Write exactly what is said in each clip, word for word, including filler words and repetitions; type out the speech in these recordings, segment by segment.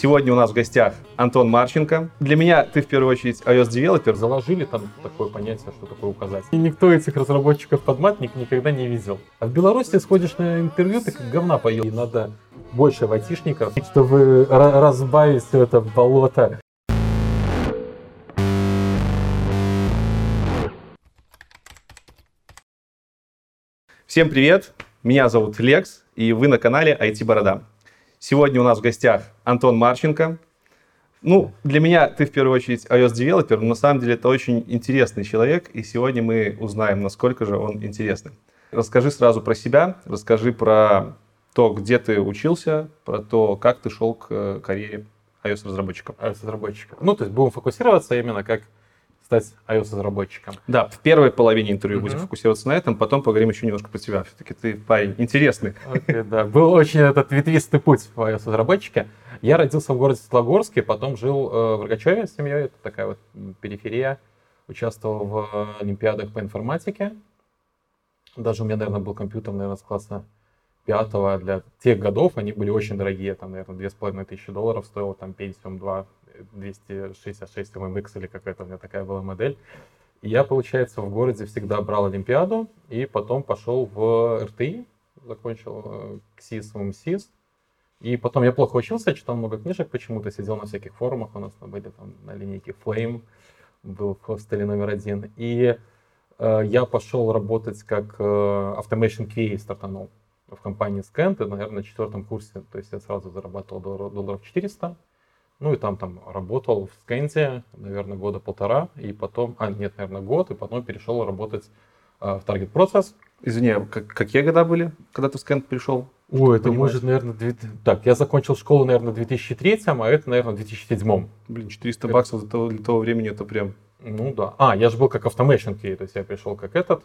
Сегодня у нас в гостях Антон Марченко. Для меня ты в первую очередь iOS-девелопер. Заложили там такое понятие, что такое указатель. И никто этих разработчиков под матник никогда не видел. А в Беларуси сходишь на интервью, ты как говна поел. И надо больше в айтишников, чтобы разбавить все это в болото. Всем привет, меня зовут Лекс, и вы на канале ай ти-борода. Сегодня у нас в гостях Антон Марченко. Ну, для меня ты в первую очередь iOS-девелопер, но на самом деле это очень интересный человек, и сегодня мы узнаем, насколько же он интересный. Расскажи сразу про себя, расскажи про то, где ты учился, про то, как ты шел к карьере iOS-разработчика. iOS-разработчика. Ну, то есть будем фокусироваться именно как стать iOS-разработчиком. Да, в первой половине интервью uh-huh. будем фокусироваться на этом, потом поговорим еще немножко про тебя. Все-таки ты парень интересный. Okay, да. Был очень этот ветвистый путь в iOS-разработчике. Я родился в городе Светлогорске, потом жил э, в Рогачеве с семьей, это такая вот периферия. Участвовал в олимпиадах по информатике. Даже у меня, наверное, был компьютер, наверное, с класса пятого. Для тех годов они были очень дорогие, там, наверное, две с половиной тысячи долларов стоил, там, Pentium два. двести шестьдесят шесть эм эм икс или какая-то у меня такая была модель. И я, получается, в городе всегда брал олимпиаду, и потом пошел в эр тэ и, закончил КСИС, МСИС. И потом я плохо учился, читал много книжек почему-то, сидел на всяких форумах, у нас были там на линейке Flame, был в хостеле номер один. И э, я пошел работать как э, Automation кью эй, стартанул в компании Scant, это, наверное, на четвертом курсе, то есть я сразу зарабатывал долларов, долларов четыреста. Ну и там, там работал в Скэнте, наверное, года полтора, и потом, а нет, наверное, год, и потом перешел работать э, в Target Process. Извини, как, какие года были, когда ты в Скэнт пришел? Ой, это понимаешь? Может, наверное, две... так, я закончил школу, наверное, в две тысячи третьем, а это, наверное, в две тысячи седьмом. Блин, четыреста баксов для того, для того времени это прям... Ну да. А, я же был как Automation кью эй, то есть я пришел как этот.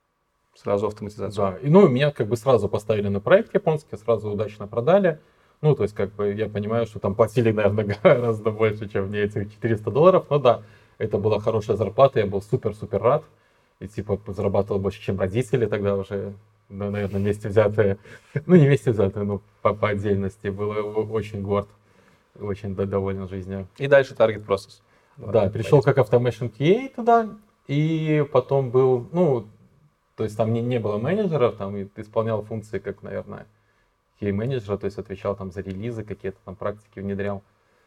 Сразу автоматизация. Да, и, ну, меня как бы сразу поставили на проект японский, сразу удачно продали. Ну, то есть, как бы, я понимаю, что там платили, наверное, гораздо больше, чем мне этих четыреста долларов. Но да, это была хорошая зарплата, я был супер-супер рад. И, типа, зарабатывал больше, чем родители тогда уже, ну, наверное, вместе взятые. Ну, не вместе взятые, но по, по отдельности. Был очень горд, очень доволен жизнью. И дальше Target Process. Да, да, пришел как Automation кью эй туда. И потом был, ну, то есть, там не, не было менеджеров, там исполнял функции, как, наверное, кью эй-менеджера, то есть отвечал там за релизы, какие-то там практики внедрял.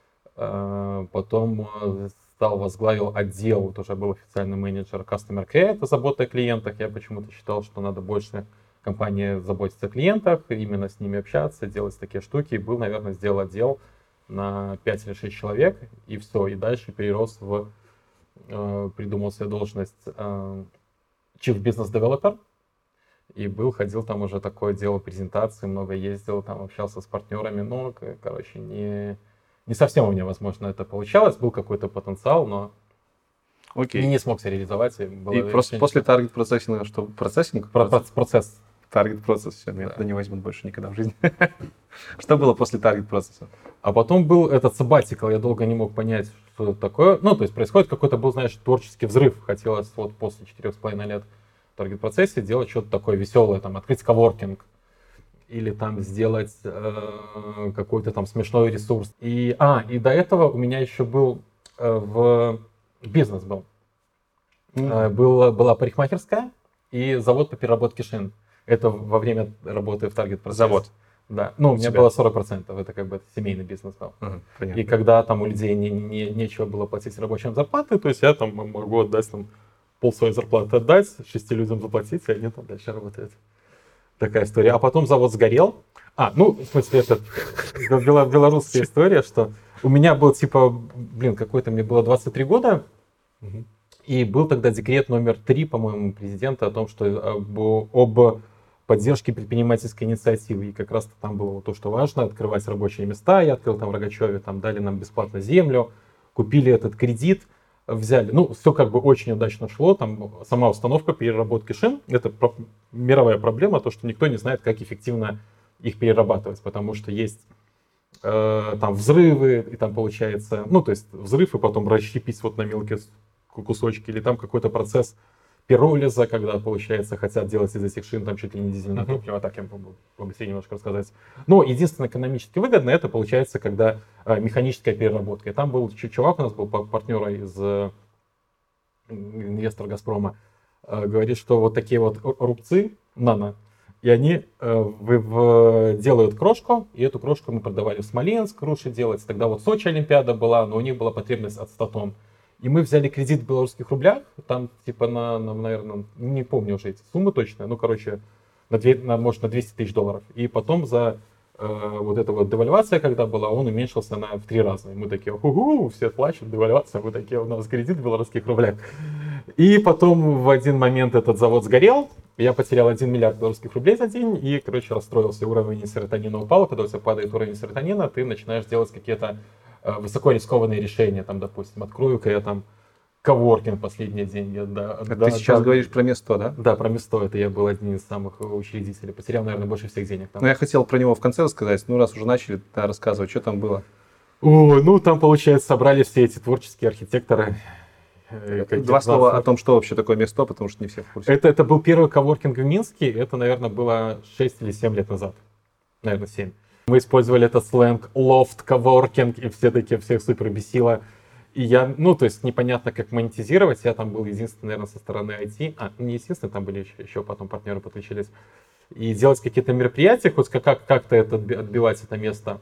Потом стал, возглавил отдел, вот уже был официальный менеджер Customer Care, это забота о клиентах. Я почему-то считал, что надо больше компании заботиться о клиентах, именно с ними общаться, делать такие штуки. И был, наверное, сделал отдел на пять или шесть человек, и все. И дальше перерос в, придумал себе должность Chief Business Developer. И был, ходил там уже такое, делал презентации, много ездил, там общался с партнерами, но, короче, не, не совсем у меня, возможно, это получалось, был какой-то потенциал, но Окей. не, не смог себя реализовать. И, было и просто после Target процессинга, что процессинг? Про, процесс. процесс. Target процесс, все, меня да. туда не возьмут больше никогда в жизни. Что было после Target процесса? А потом был этот sabbatical, я долго не мог понять, что это такое. Ну, то есть происходит какой-то был, знаешь, творческий взрыв, хотелось вот после четырех с половиной лет в таргет-процессе делать что-то такое веселое, там, открыть коворкинг или там сделать э, какой-то там смешной ресурс. И, а, и до этого у меня еще был э, в бизнес был. Mm-hmm. Э, был. Была парикмахерская и завод по переработке шин. Это во время работы в таргет-процессе. Завод? Да. Ну, у, у меня было сорок процентов, это как бы это семейный бизнес был. Uh-huh, и когда там у людей не, не, нечего было платить рабочим зарплаты, то есть я там могу отдать там пол своей зарплаты отдать, шести людям заплатить, и они там дальше работают. Такая история. А потом завод сгорел. А, ну, в смысле, это белорусская история, что у меня был типа, блин, какой-то, мне было двадцать три года, угу. И был тогда декрет номер три, по-моему, президента о том, что об, об поддержке предпринимательской инициативы. И как раз там было то, что важно, открывать рабочие места. Я открыл там в Рогачеве, там дали нам бесплатно землю, купили этот кредит. Взяли. Ну, все как бы очень удачно шло. Там сама установка переработки шин, это про- мировая проблема, то, что никто не знает, как эффективно их перерабатывать, потому что есть э, там взрывы, и там получается, ну, то есть взрыв, и потом расщепить вот на мелкие кусочки, или там какой-то процесс пиролиза, когда, получается, хотят делать из этих шин там чуть ли не дизельное uh-huh. топливо, так я могу побыстрее немножко рассказать. Но единственное экономически выгодно, это получается, когда э, механическая переработка. И там был чувак, у нас был партнер из э, инвестора Газпрома, э, говорит, что вот такие вот рубцы нано, и они э, в, в, делают крошку, и эту крошку мы продавали в Смоленск, круши делать. Тогда вот Сочи Олимпиада была, но у них была потребность от ста тонн. И мы взяли кредит в белорусских рублях, там типа на, на наверное, не помню уже эти суммы точно, ну, короче, на, две, на, может, на двести тысяч долларов. И потом за э, вот эта вот девальвация, когда была, он уменьшился на, в три раза. И мы такие, угу, все плачут, девальвация, мы такие, у нас кредит в белорусских рублях. И потом в один момент этот завод сгорел, я потерял один миллиард белорусских рублей за день, и, короче, расстроился, уровень серотонина упал. Когда у тебя падает уровень серотонина, ты начинаешь делать какие-то высоко рискованные решения, там, допустим, открою-ка я там коворкинг последний день. Я, да, а да, ты сейчас да, говоришь про место, да? Да, про место, это я был один из самых учредителей, потерял, наверное, больше всех денег там. Ну, я хотел про него в конце рассказать, ну, раз уже начали, да, рассказывать, что там было. О, ну, там, получается, собрали все эти творческие архитекторы. Два слова о том, что вообще такое место, потому что не все в курсе. Это, это был первый коворкинг в Минске, это, наверное, было шесть или семь лет назад, наверное, семь. Мы использовали этот сленг loft coworking, и все такие, всех супер бесило. И я, ну, то есть непонятно, как монетизировать. Я там был единственный, наверное, со стороны ай ти. А, не единственный, там были еще, еще потом партнеры подключились. И делать какие-то мероприятия, хоть как, как-то это отбивать это место.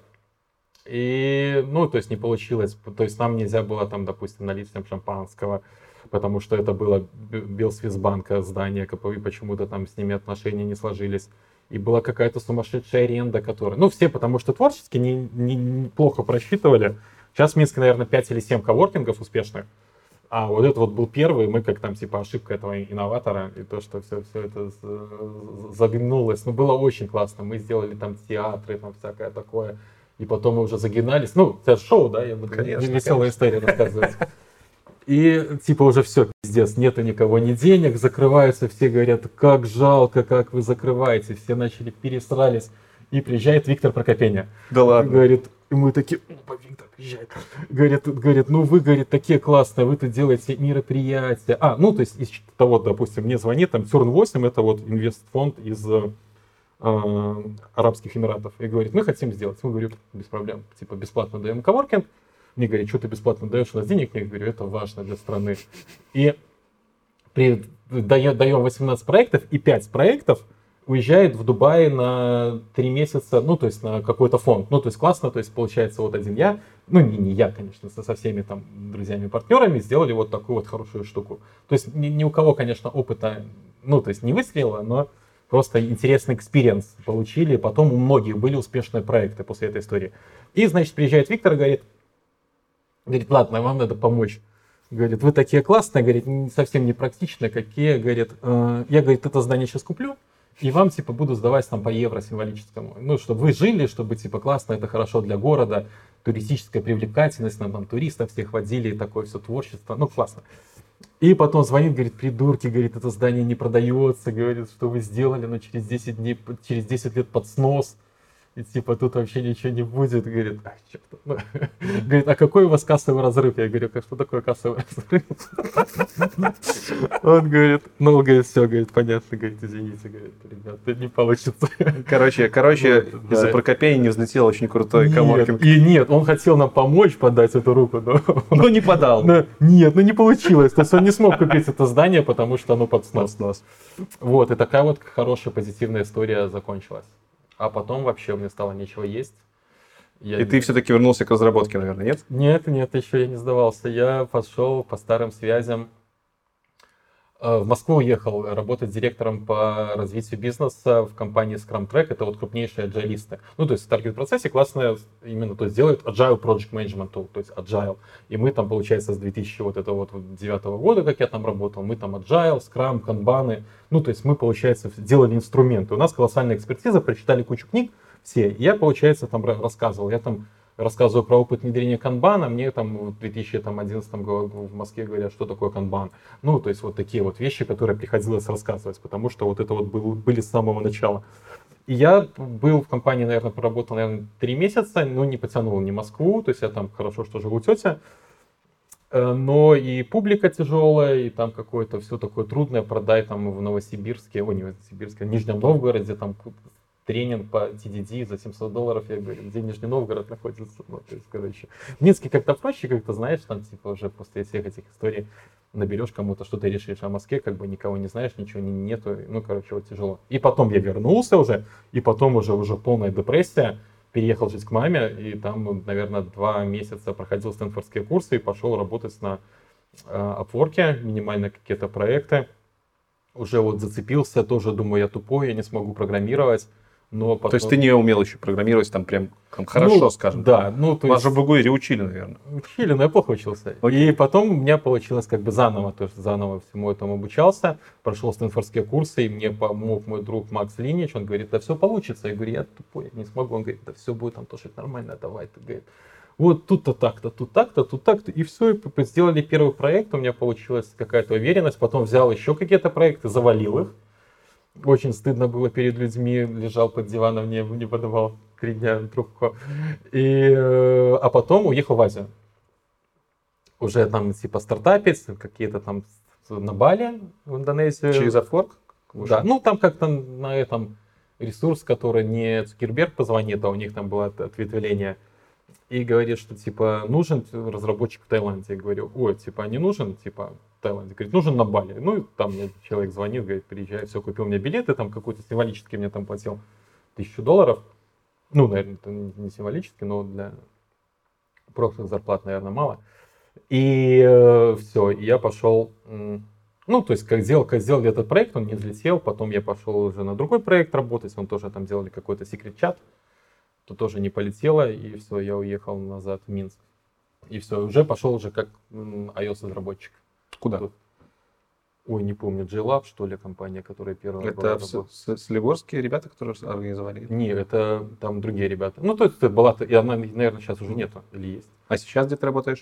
И, ну, то есть не получилось. То есть нам нельзя было там, допустим, налить всем шампанского, потому что это было Белсвизбанка здание, и почему-то там с ними отношения не сложились. И была какая-то сумасшедшая аренда, которая... Ну, все, потому что творчески не, не, неплохо просчитывали. Сейчас в Минске, наверное, пять или семь коворкингов успешных. А вот это вот был первый, мы как там, типа, ошибка этого инноватора. И то, что все, все это загнулось. Ну, было очень классно. Мы сделали там театры, там всякое такое. И потом мы уже загинались. Ну, это шоу, да? Я буду конечно, веселая конечно. История рассказывать. И типа уже все, пиздец, нету никого, ни денег, закрываются, все говорят, как жалко, как вы закрываете, все начали пересрались. И приезжает Виктор Прокопеня. Да ладно. И говорит, и мы такие, опа, Виктор приезжает. Говорит, говорит, ну вы, говорит, такие классные, вы тут делаете мероприятия. А, ну то есть из того, допустим, мне звонит там Тюрн восемь, это вот инвестфонд из э, Арабских Эмиратов. И говорит, мы хотим сделать. Мы говорим, без проблем, типа бесплатно даем коворкинг. Мне говорят, что ты бесплатно даешь, у нас денег нет. Я говорю, это важно для страны. И при, даем восемнадцать проектов, и пять проектов уезжает в Дубай на три месяца, ну, то есть на какой-то фонд. Ну, то есть классно, то есть получается вот один я, ну, не, не я, конечно, со, со всеми там друзьями, партнерами сделали вот такую вот хорошую штуку. То есть ни, ни у кого, конечно, опыта, ну, то есть не выстрелило, но просто интересный экспириенс получили. Потом у многих были успешные проекты после этой истории. И, значит, приезжает Виктор и говорит, Говорит, ладно, вам надо помочь. Говорит, вы такие классные, говорит, совсем не практичные, какие, говорит, э, я, говорит, это здание сейчас куплю, и вам, типа, буду сдавать там по евро символическому. Ну, чтобы вы жили, чтобы, типа, классно, это хорошо для города, туристическая привлекательность, нам там туристов всех водили, и такое все творчество, ну, классно. И потом звонит, говорит, придурки, говорит, это здание не продается, говорит, что вы сделали, но через десять дней, через десять лет под снос. И типа тут вообще ничего не будет. Говорит, ах, черт. Ну, говорит, а какой у вас кассовый разрыв? Я говорю, что такое кассовый разрыв? Он говорит, ну, говорит, все, говорит, понятно, говорит, извините, говорит, ребята, не получится. Короче, короче, вот, из-за да. Прокопения не взлетел очень крутой коворкинг. И нет, он хотел нам помочь подать эту руку, но... Но не подал. Но, нет, ну не получилось. То есть он не смог купить это здание, потому что оно под снос. Под снос. Вот, и такая вот хорошая позитивная история закончилась. А потом вообще мне стало нечего есть. Я и не... ты все-таки вернулся к разработке, наверное, нет? Нет, нет, еще я не сдавался. Я пошел по старым связям. В Москву уехал работать директором по развитию бизнеса в компании Scrum Track. Это вот крупнейшие аджайлисты. Ну, то есть в таргет-процессе классно именно, то есть делают Agile Project Management Tool, то есть Agile. И мы там, получается, с две тысячи девятого года, как я там работал, мы там Agile, Scrum, Kanban. Ну, то есть мы, получается, делали инструменты. У нас колоссальная экспертиза, прочитали кучу книг все. И я, получается, там рассказывал. Я там рассказываю про опыт внедрения канбана, мне там в две тысячи одиннадцатом в Москве говорят, что такое канбан. Ну, то есть вот такие вот вещи, которые приходилось рассказывать, потому что вот это вот был, были с самого начала. И я был в компании, наверное, проработал, наверное, три месяца, но не потянул ни Москву, то есть я там хорошо, что живу у тети. Но и публика тяжелая, и там какое-то все такое трудное. Продай там в Новосибирске, ой, не в Новосибирске, в Нижнем Новгороде там тренинг по ти ди ди за семьсот долларов. Я говорю, где Нижний Новгород находится? Ну, то есть, короче, в Минске как-то проще, как-то знаешь, там типа уже после всех этих историй наберешь кому-то, что ты решишь, а в Москве как бы никого не знаешь, ничего не, нету, ну, короче, вот тяжело. И потом я вернулся уже, и потом уже, уже полная депрессия. Переехал жить к маме, и там, наверное, два месяца проходил стэнфордские курсы и пошел работать на э, Upwork, минимально какие-то проекты. Уже вот зацепился, тоже думаю, я тупой, я не смогу программировать. Но потом... То есть ты не умел еще программировать там прям там, хорошо, ну, скажем. Да. Ну, то Вас есть... же в БГУИРе учили, наверное. Учили, но я плохо учился. Okay. И потом у меня получилось как бы заново, то есть заново всему этому обучался, прошел стэнфордские курсы, и мне помог мой друг Макс Линич, он говорит, да все получится. Я говорю, я тупой, я не смогу. Он говорит, да все будет там тоже нормально, давай. Ты говорит, вот тут-то так-то, тут так-то, тут так-то. И все, и сделали первый проект, у меня получилась какая-то уверенность, потом взял еще какие-то проекты, завалил их. Очень стыдно было перед людьми, лежал под диваном, не, не подавал три дня трубку. И, а потом уехал в Азию. Уже там типа стартапить, какие-то там на Бали, в Индонезию. Через Upwork? Да, ну там как-то на этом ресурс, который не Цукерберг позвонит, а у них там было ответвление. И говорит, что типа нужен разработчик в Таиланде. Я говорю, ой, типа не нужен, типа в Таиланде. Говорит, нужен на Бали. Ну, там мне человек звонит, говорит, приезжай, все, купил мне билеты, там какой-то символический мне там платил тысячу долларов. Ну, наверное, это не символически, но для прошлых зарплат, наверное, мало. И э, все, и я пошел, э, ну, то есть, как сделал, как сделал этот проект, он не взлетел, потом я пошел уже на другой проект работать, он тоже там делали какой-то секрет-чат, то тоже не полетело, и все, я уехал назад в Минск. И все, уже пошел уже как iOS-разработчик. Куда? Тут. Ой, не помню, J-Lab, что ли, компания, которая первая это была. Это солигорские ребята, которые организовали? Не, это там другие ребята. Ну, то есть, это была, и она, наверное, сейчас уже нету, или есть. А сейчас где ты работаешь?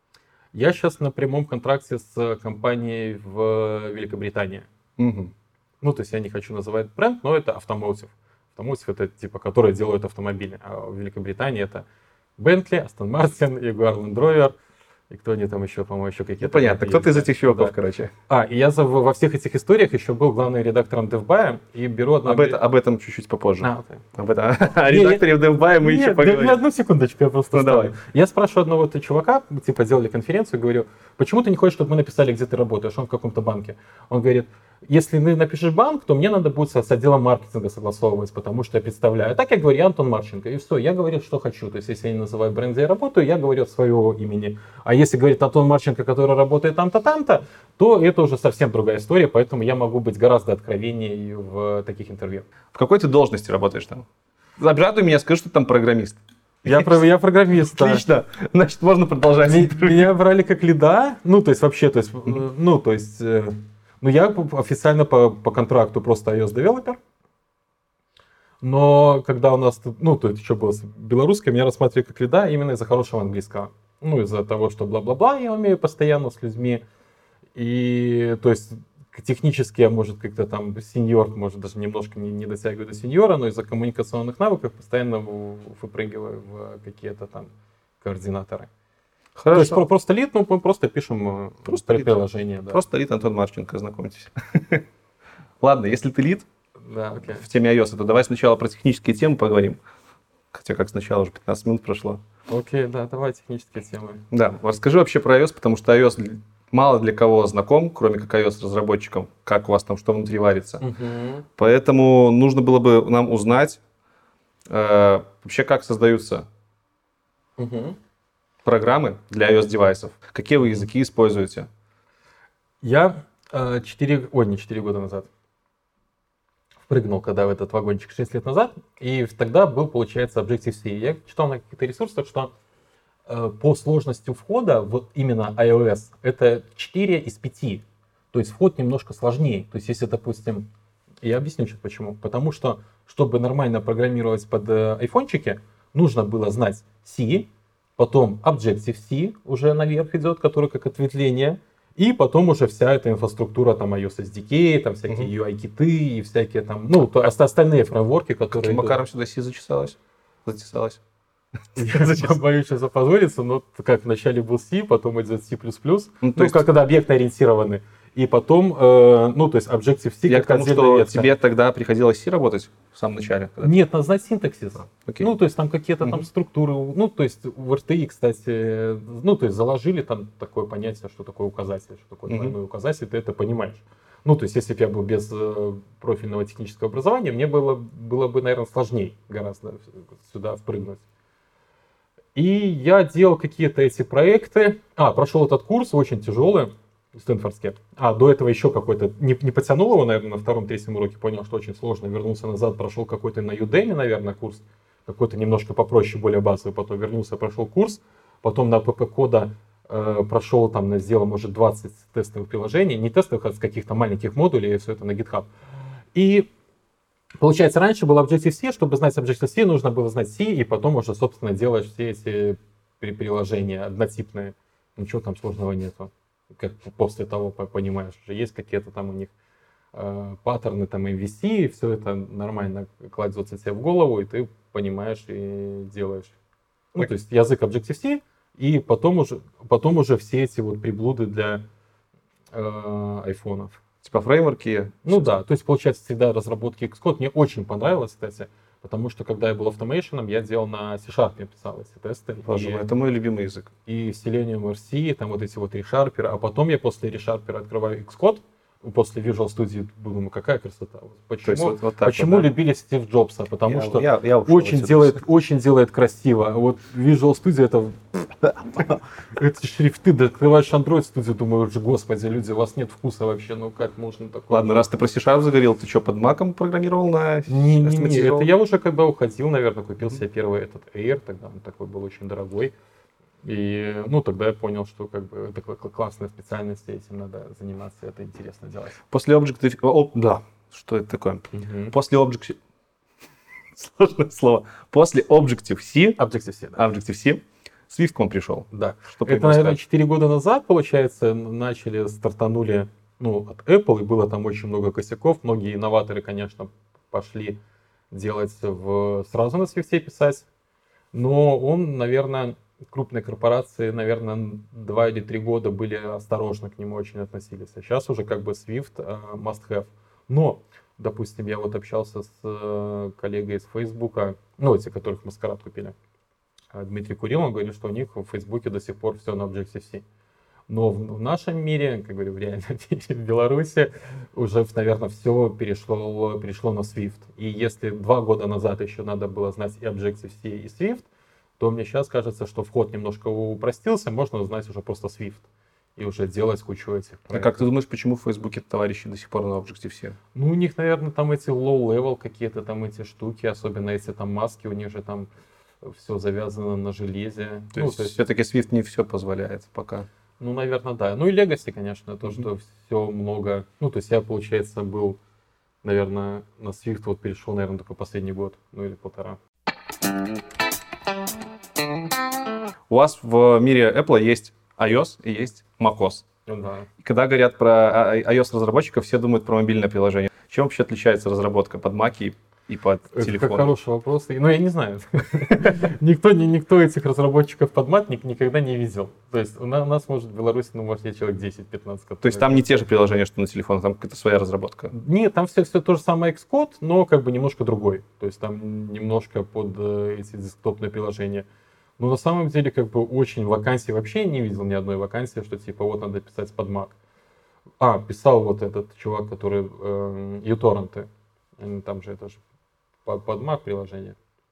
Я сейчас на прямом контракте с компанией в Великобритании. Угу. Ну, то есть я не хочу называть бренд, но это Automotive. Automotive это типа, которые делают автомобили. А в Великобритании это Bentley, Aston Martin, Jaguar Land Rover. И кто они там еще, по-моему, еще какие-то... Ну, понятно, кто-то из этих чуваков, да. короче. А, и я за, во всех этих историях еще был главным редактором DevBuy и беру одного... Об, это, об этом чуть-чуть попозже. А, okay. Об этом. О редакторе в DevBuy мы еще поговорим. Нет, одну секундочку, я просто... Ну, давай. Я спрашиваю одного вот чувака, типа, делали конференцию, говорю, почему ты не хочешь, чтобы мы написали, где ты работаешь? Он в каком-то банке. Он говорит, если ты напишешь банк, то мне надо будет с отделом маркетинга согласовывать, потому что я представляю. А так я говорю, я Антон Марченко, и все, я говорю, что хочу. То есть, если я не называю бренд, где я работаю, я говорю от своего имени. А если говорит Антон Марченко, который работает там-то, там-то, то это уже совсем другая история, поэтому я могу быть гораздо откровеннее в таких интервью. В какой ты должности работаешь там? Обрадуй меня, скажи, что ты там программист. Я, я программист. Отлично, да. Значит, можно продолжать. Меня брали как лида, ну, то есть вообще, то есть, ну, то есть... Ну, я официально по, по контракту просто iOS-девелопер. Но когда у нас, ну, то есть еще было белорусское, меня рассматривали как лида именно из-за хорошего английского. Ну, из-за того, что бла-бла-бла, я умею постоянно с людьми. И, то есть, технически я, может, как-то там сеньор, может, даже немножко не, не дотягиваю до сеньора, но из-за коммуникационных навыков постоянно выпрыгиваю в какие-то там координаторы. Хорошо. То есть просто лид, ну мы просто пишем просто приложение. Да. Просто лид Антон Марченко, знакомьтесь. Ладно, если ты лид да, okay. в теме iOS, то давай сначала про технические темы поговорим. Хотя как сначала уже пятнадцать минут прошло. Окей, okay, да, давай технические темы. Да, расскажи вообще про iOS, потому что iOS мало для кого знаком, кроме как iOS-разработчикам, как у вас там что внутри варится. Uh-huh. Поэтому нужно было бы нам узнать э, вообще, как создаются uh-huh. программы для iOS-девайсов. Какие вы языки используете? Я э, четыре, ой, не четыре года назад впрыгнул, когда в этот вагончик шесть лет назад, и тогда был, получается, Objective-C. Я читал на каких-то ресурсах, что э, по сложности входа вот именно iOS это четыре из пяти. То есть вход немножко сложнее. То есть если, допустим, я объясню сейчас почему. Потому что, чтобы нормально программировать под э, айфончики, нужно было знать C, потом Objective-C уже наверх идет, который как ответвление, и потом уже вся эта инфраструктура, там iOS эс ди кей, там всякие uh-huh. ю ай-киты и всякие там, ну, то, остальные фреймворки, которые... Каким макаром сюда C зачесалась? Затесалась? Я боюсь сейчас опозориться, но как вначале был C, потом идет C++, ну, Ну, то есть, как когда объектно-ориентированный, и потом, э, ну, то есть Objective-C Я к как тому, отдельная что ветка. тебе тогда приходилось C работать в самом начале? когда ты- Нет, надо знать синтаксис. Окей. Ну, то есть там какие-то там Мгм. структуры, ну, то есть в эр ти и, кстати, ну, то есть заложили там такое понятие, что такое указатель, что такое Мгм. двойной указатель, ты это понимаешь. Ну, то есть если бы я был без э, профильного технического образования, мне было, было бы, наверное, сложнее гораздо сюда впрыгнуть. И я делал какие-то эти проекты. А, прошел этот курс, очень тяжелый, стэнфордский. А, до этого еще какой-то, не, не потянул его, наверное, на втором-третьем уроке, понял, что очень сложно. Вернулся назад, прошел какой-то на Udemy, наверное, курс. Какой-то немножко попроще, более базовый. Потом вернулся, прошел курс. Потом на пэ пэ-кода э, прошел, там, сделал, может, двадцать тестовых приложений. Не тестовых, а с каких-то маленьких модулей, и все это на GitHub. И получается, раньше был Objective-C, чтобы знать Objective-C, нужно было знать C, и потом уже, собственно, делаешь все эти при- приложения однотипные. Ничего там сложного нету. Как после того по- понимаешь, уже есть какие-то там у них э, паттерны, там эм ви си, и все это нормально кладется тебе в голову, и ты понимаешь и делаешь. Ну, Так. то есть язык Objective-C, и потом уже, потом уже все эти вот приблуды для э, айфонов. Типа фреймворки. Ну да, то есть получается среда разработки Xcode мне очень понравилась, кстати, потому что когда я был автомейшеном, я делал на C-Sharp, писал эти тесты. Боже и, мой, это мой любимый язык. и Selenium эр си, там вот эти вот ReSharper, а потом я после ReSharper открываю Xcode, после Visual Studio думаю, какая красота. Почему, То есть вот- вот так почему вот, да? любили Стив Джобса? Потому Я- что я- я ушел очень, отсюда. делает, очень делает красиво. А вот Visual Studio это... Эти шрифты, да, открываешь Android Studio, думаю, уже, господи, люди, у вас нет вкуса вообще, ну как можно такое? Ладно, раз ты про C-Sharp заговорил, ты что, под маком программировал на... Не, не, не, автоматизировал? это я уже когда уходил, наверное, купил себе первый этот Air, тогда он такой был очень дорогой. И, ну, тогда я понял, что как бы это кла- кла- классная специальность, и этим надо заниматься, это интересно делать. После Objective... о, да, что это такое? После Objective... Сложное слово. После Objective-C, Objective-C, да. Objective-C, Swift к вам пришел. Да. Что Это, наверное, четыре года назад, получается, н- начали, стартанули, ну, от Apple, и было там очень много косяков. Многие инноваторы, конечно, пошли делать в... сразу на Swift писать. Но он, наверное, крупные корпорации, наверное, два или три года были осторожно к нему очень относились. А сейчас уже как бы Swift э, must have. Но, допустим, я вот общался с э, коллегой из Фейсбука, ну, эти, которых Маскарад купили, а Дмитрий Курил, он говорит, что у них в Фейсбуке до сих пор все на Objective-C. Но в, в нашем мире, как говорю, в реальном мире, в Беларуси, уже, наверное, все перешло, перешло на Swift. И если два года назад еще надо было знать и Objective-C, и Swift, то мне сейчас кажется, что вход немножко упростился, можно знать уже просто Swift и уже делать кучу этих А проектов. как ты думаешь, почему в Фейсбуке товарищи до сих пор на Objective-C? Ну, у них, наверное, там эти low-level какие-то там эти штуки, особенно эти там маски, у них же там все завязано на железе. То ну, есть, то есть, все-таки Swift не все позволяет пока. ну, наверное, да. Ну и Legacy, конечно, то, Мгм. что все много. Ну, то есть я, получается, был, наверное, на Swift вот перешел, наверное, только последний год, ну или полтора. У вас в мире Apple есть iOS и есть macOS. Ну, да. И когда говорят про а- iOS-разработчиков, все думают про мобильное приложение. Чем вообще отличается разработка под Mac и, и под Это телефон? как хороший вопрос. Ну, я не знаю. никто, не, никто этих разработчиков под мат ник- никогда не видел. То есть у на- у нас, может, в Беларуси, ну, может, есть человек десять-пятнадцать. То есть там не те же приложения, что на телефонах, там какая-то своя разработка. Нет, там все, все то же самое Xcode, но как бы немножко другой. То есть там немножко под э, эти десктопные приложения. Но на самом деле как бы очень вакансий вообще не видел ни одной вакансии, что типа вот надо писать под Mac. А, писал вот этот чувак, который э, uTorrent. Там же это же под, под Mac приложение.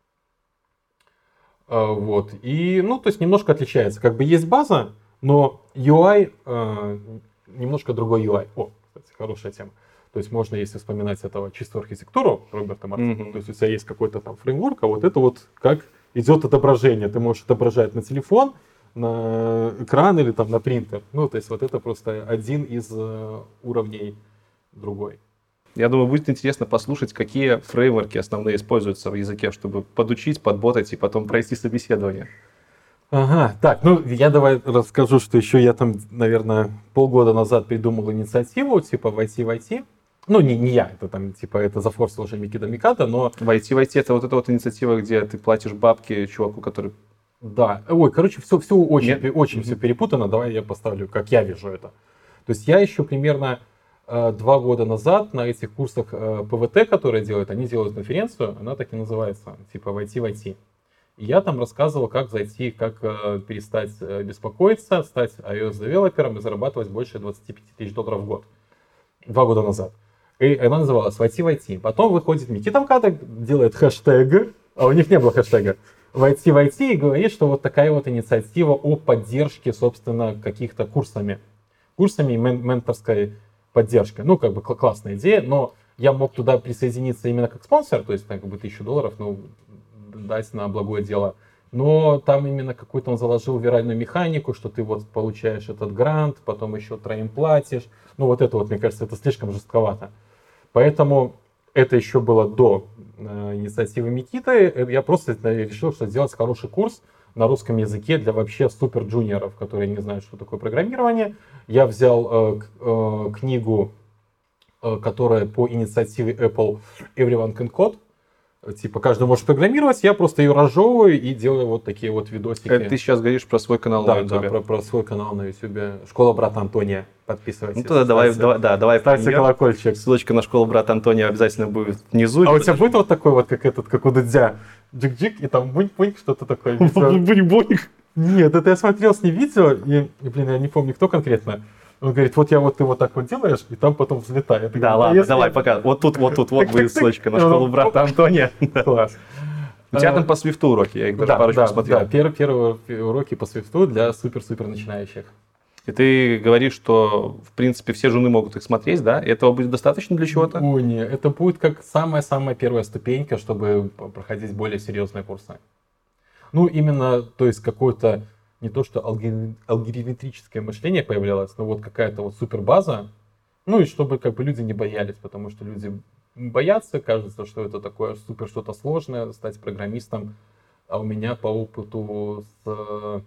А, вот. И, ну, то есть немножко отличается. Как бы есть база, но ю ай, э, немножко другой ю ай. О, кстати, хорошая тема. То есть можно, если вспоминать этого чистую архитектуру Роберта Мартина, Мгм. то есть у тебя есть какой-то там фреймворк, а вот это вот как идет отображение. Ты можешь отображать на телефон, на экран или там на принтер. Ну, то есть вот это просто один из э, уровней другой. Я думаю, будет интересно послушать, какие фреймворки основные используются в языке, чтобы подучить, подботать и потом пройти собеседование. Ага, так, ну я давай расскажу, что еще я там, наверное, полгода назад придумал инициативу, типа войти в ай ти. Ну, не, не я, это там, типа, это зафорсил уже Микита Миката, но... В ай ти, в ай ти это вот эта вот инициатива, где ты платишь бабки чуваку, который... Да, ой, короче, все, все очень, Нет? очень все перепутано, давай я поставлю, как я вижу это. То есть я еще примерно э, два года назад на этих курсах э, пэ вэ тэ, которые делают, они делают конференцию, она так и называется, типа в ай ти в ай ти. И я там рассказывал, как зайти, как э, перестать э, беспокоиться, стать iOS-девелопером и зарабатывать больше двадцати пяти тысяч долларов в год. Два года назад. И она называлась в ай ти в ай ти. Потом выходит Микита Мката, делает хэштег, а у них не было хэштега, в ай ти в ай ти и говорит, что вот такая вот инициатива о поддержке, собственно, каких-то курсами. Курсами и мен- менторской поддержкой. Ну, как бы классная идея, но я мог туда присоединиться именно как спонсор, то есть, как бы, тысячу долларов, ну, дать на благое дело. Но там именно какую-то он заложил виральную механику, что ты вот получаешь этот грант, потом еще троим платишь. Ну, вот это вот, мне кажется, это слишком жестковато. Поэтому это еще было до э, инициативы Микиты. Я просто решил, что сделать хороший курс на русском языке для вообще супер джуниоров, которые не знают, что такое программирование. Я взял э, э, книгу, э, которая по инициативе Apple Everyone Can Code. Типа, каждый может программировать, я просто ее разжевываю и делаю вот такие вот видосики. Это ты сейчас говоришь про свой канал да, на YouTube. Да, про, про свой канал на YouTube. Школа брата Антония. Подписывайтесь. Ну тогда давай, давай, да, давай. Ставьте колокольчик. Ссылочка на школу брата Антония обязательно будет внизу. А у тебя будет вот такой вот, как этот, как у Дудя? Джик-джик, и там бунь-бунь, что-то такое. Бунь-бунь. Нет, это я смотрел с ним видео, и, блин, я не помню, кто конкретно. Он говорит, вот я вот ты вот так вот делаешь, и там потом взлетает. Да, говорю, ладно, если... давай, пока. Вот тут, вот тут, вот будет ссылочка на школу брата Антония. Класс. У тебя там по свифту уроки, я их даже да, парочку да, смотрел. Да, первые, первые уроки по свифту для супер-супер начинающих. И ты говоришь, что, в принципе, все жены могут их смотреть, да? И этого будет достаточно для чего-то? О, нет, это будет как самая-самая первая ступенька, чтобы проходить более серьезные курсы. Ну, именно, то есть, какое-то, не то что алгоритмическое мышление появлялось, но вот какая-то вот супербаза, ну, и чтобы как бы люди не боялись, потому что люди боятся, кажется, что это такое супер что-то сложное, стать программистом. А у меня по опыту с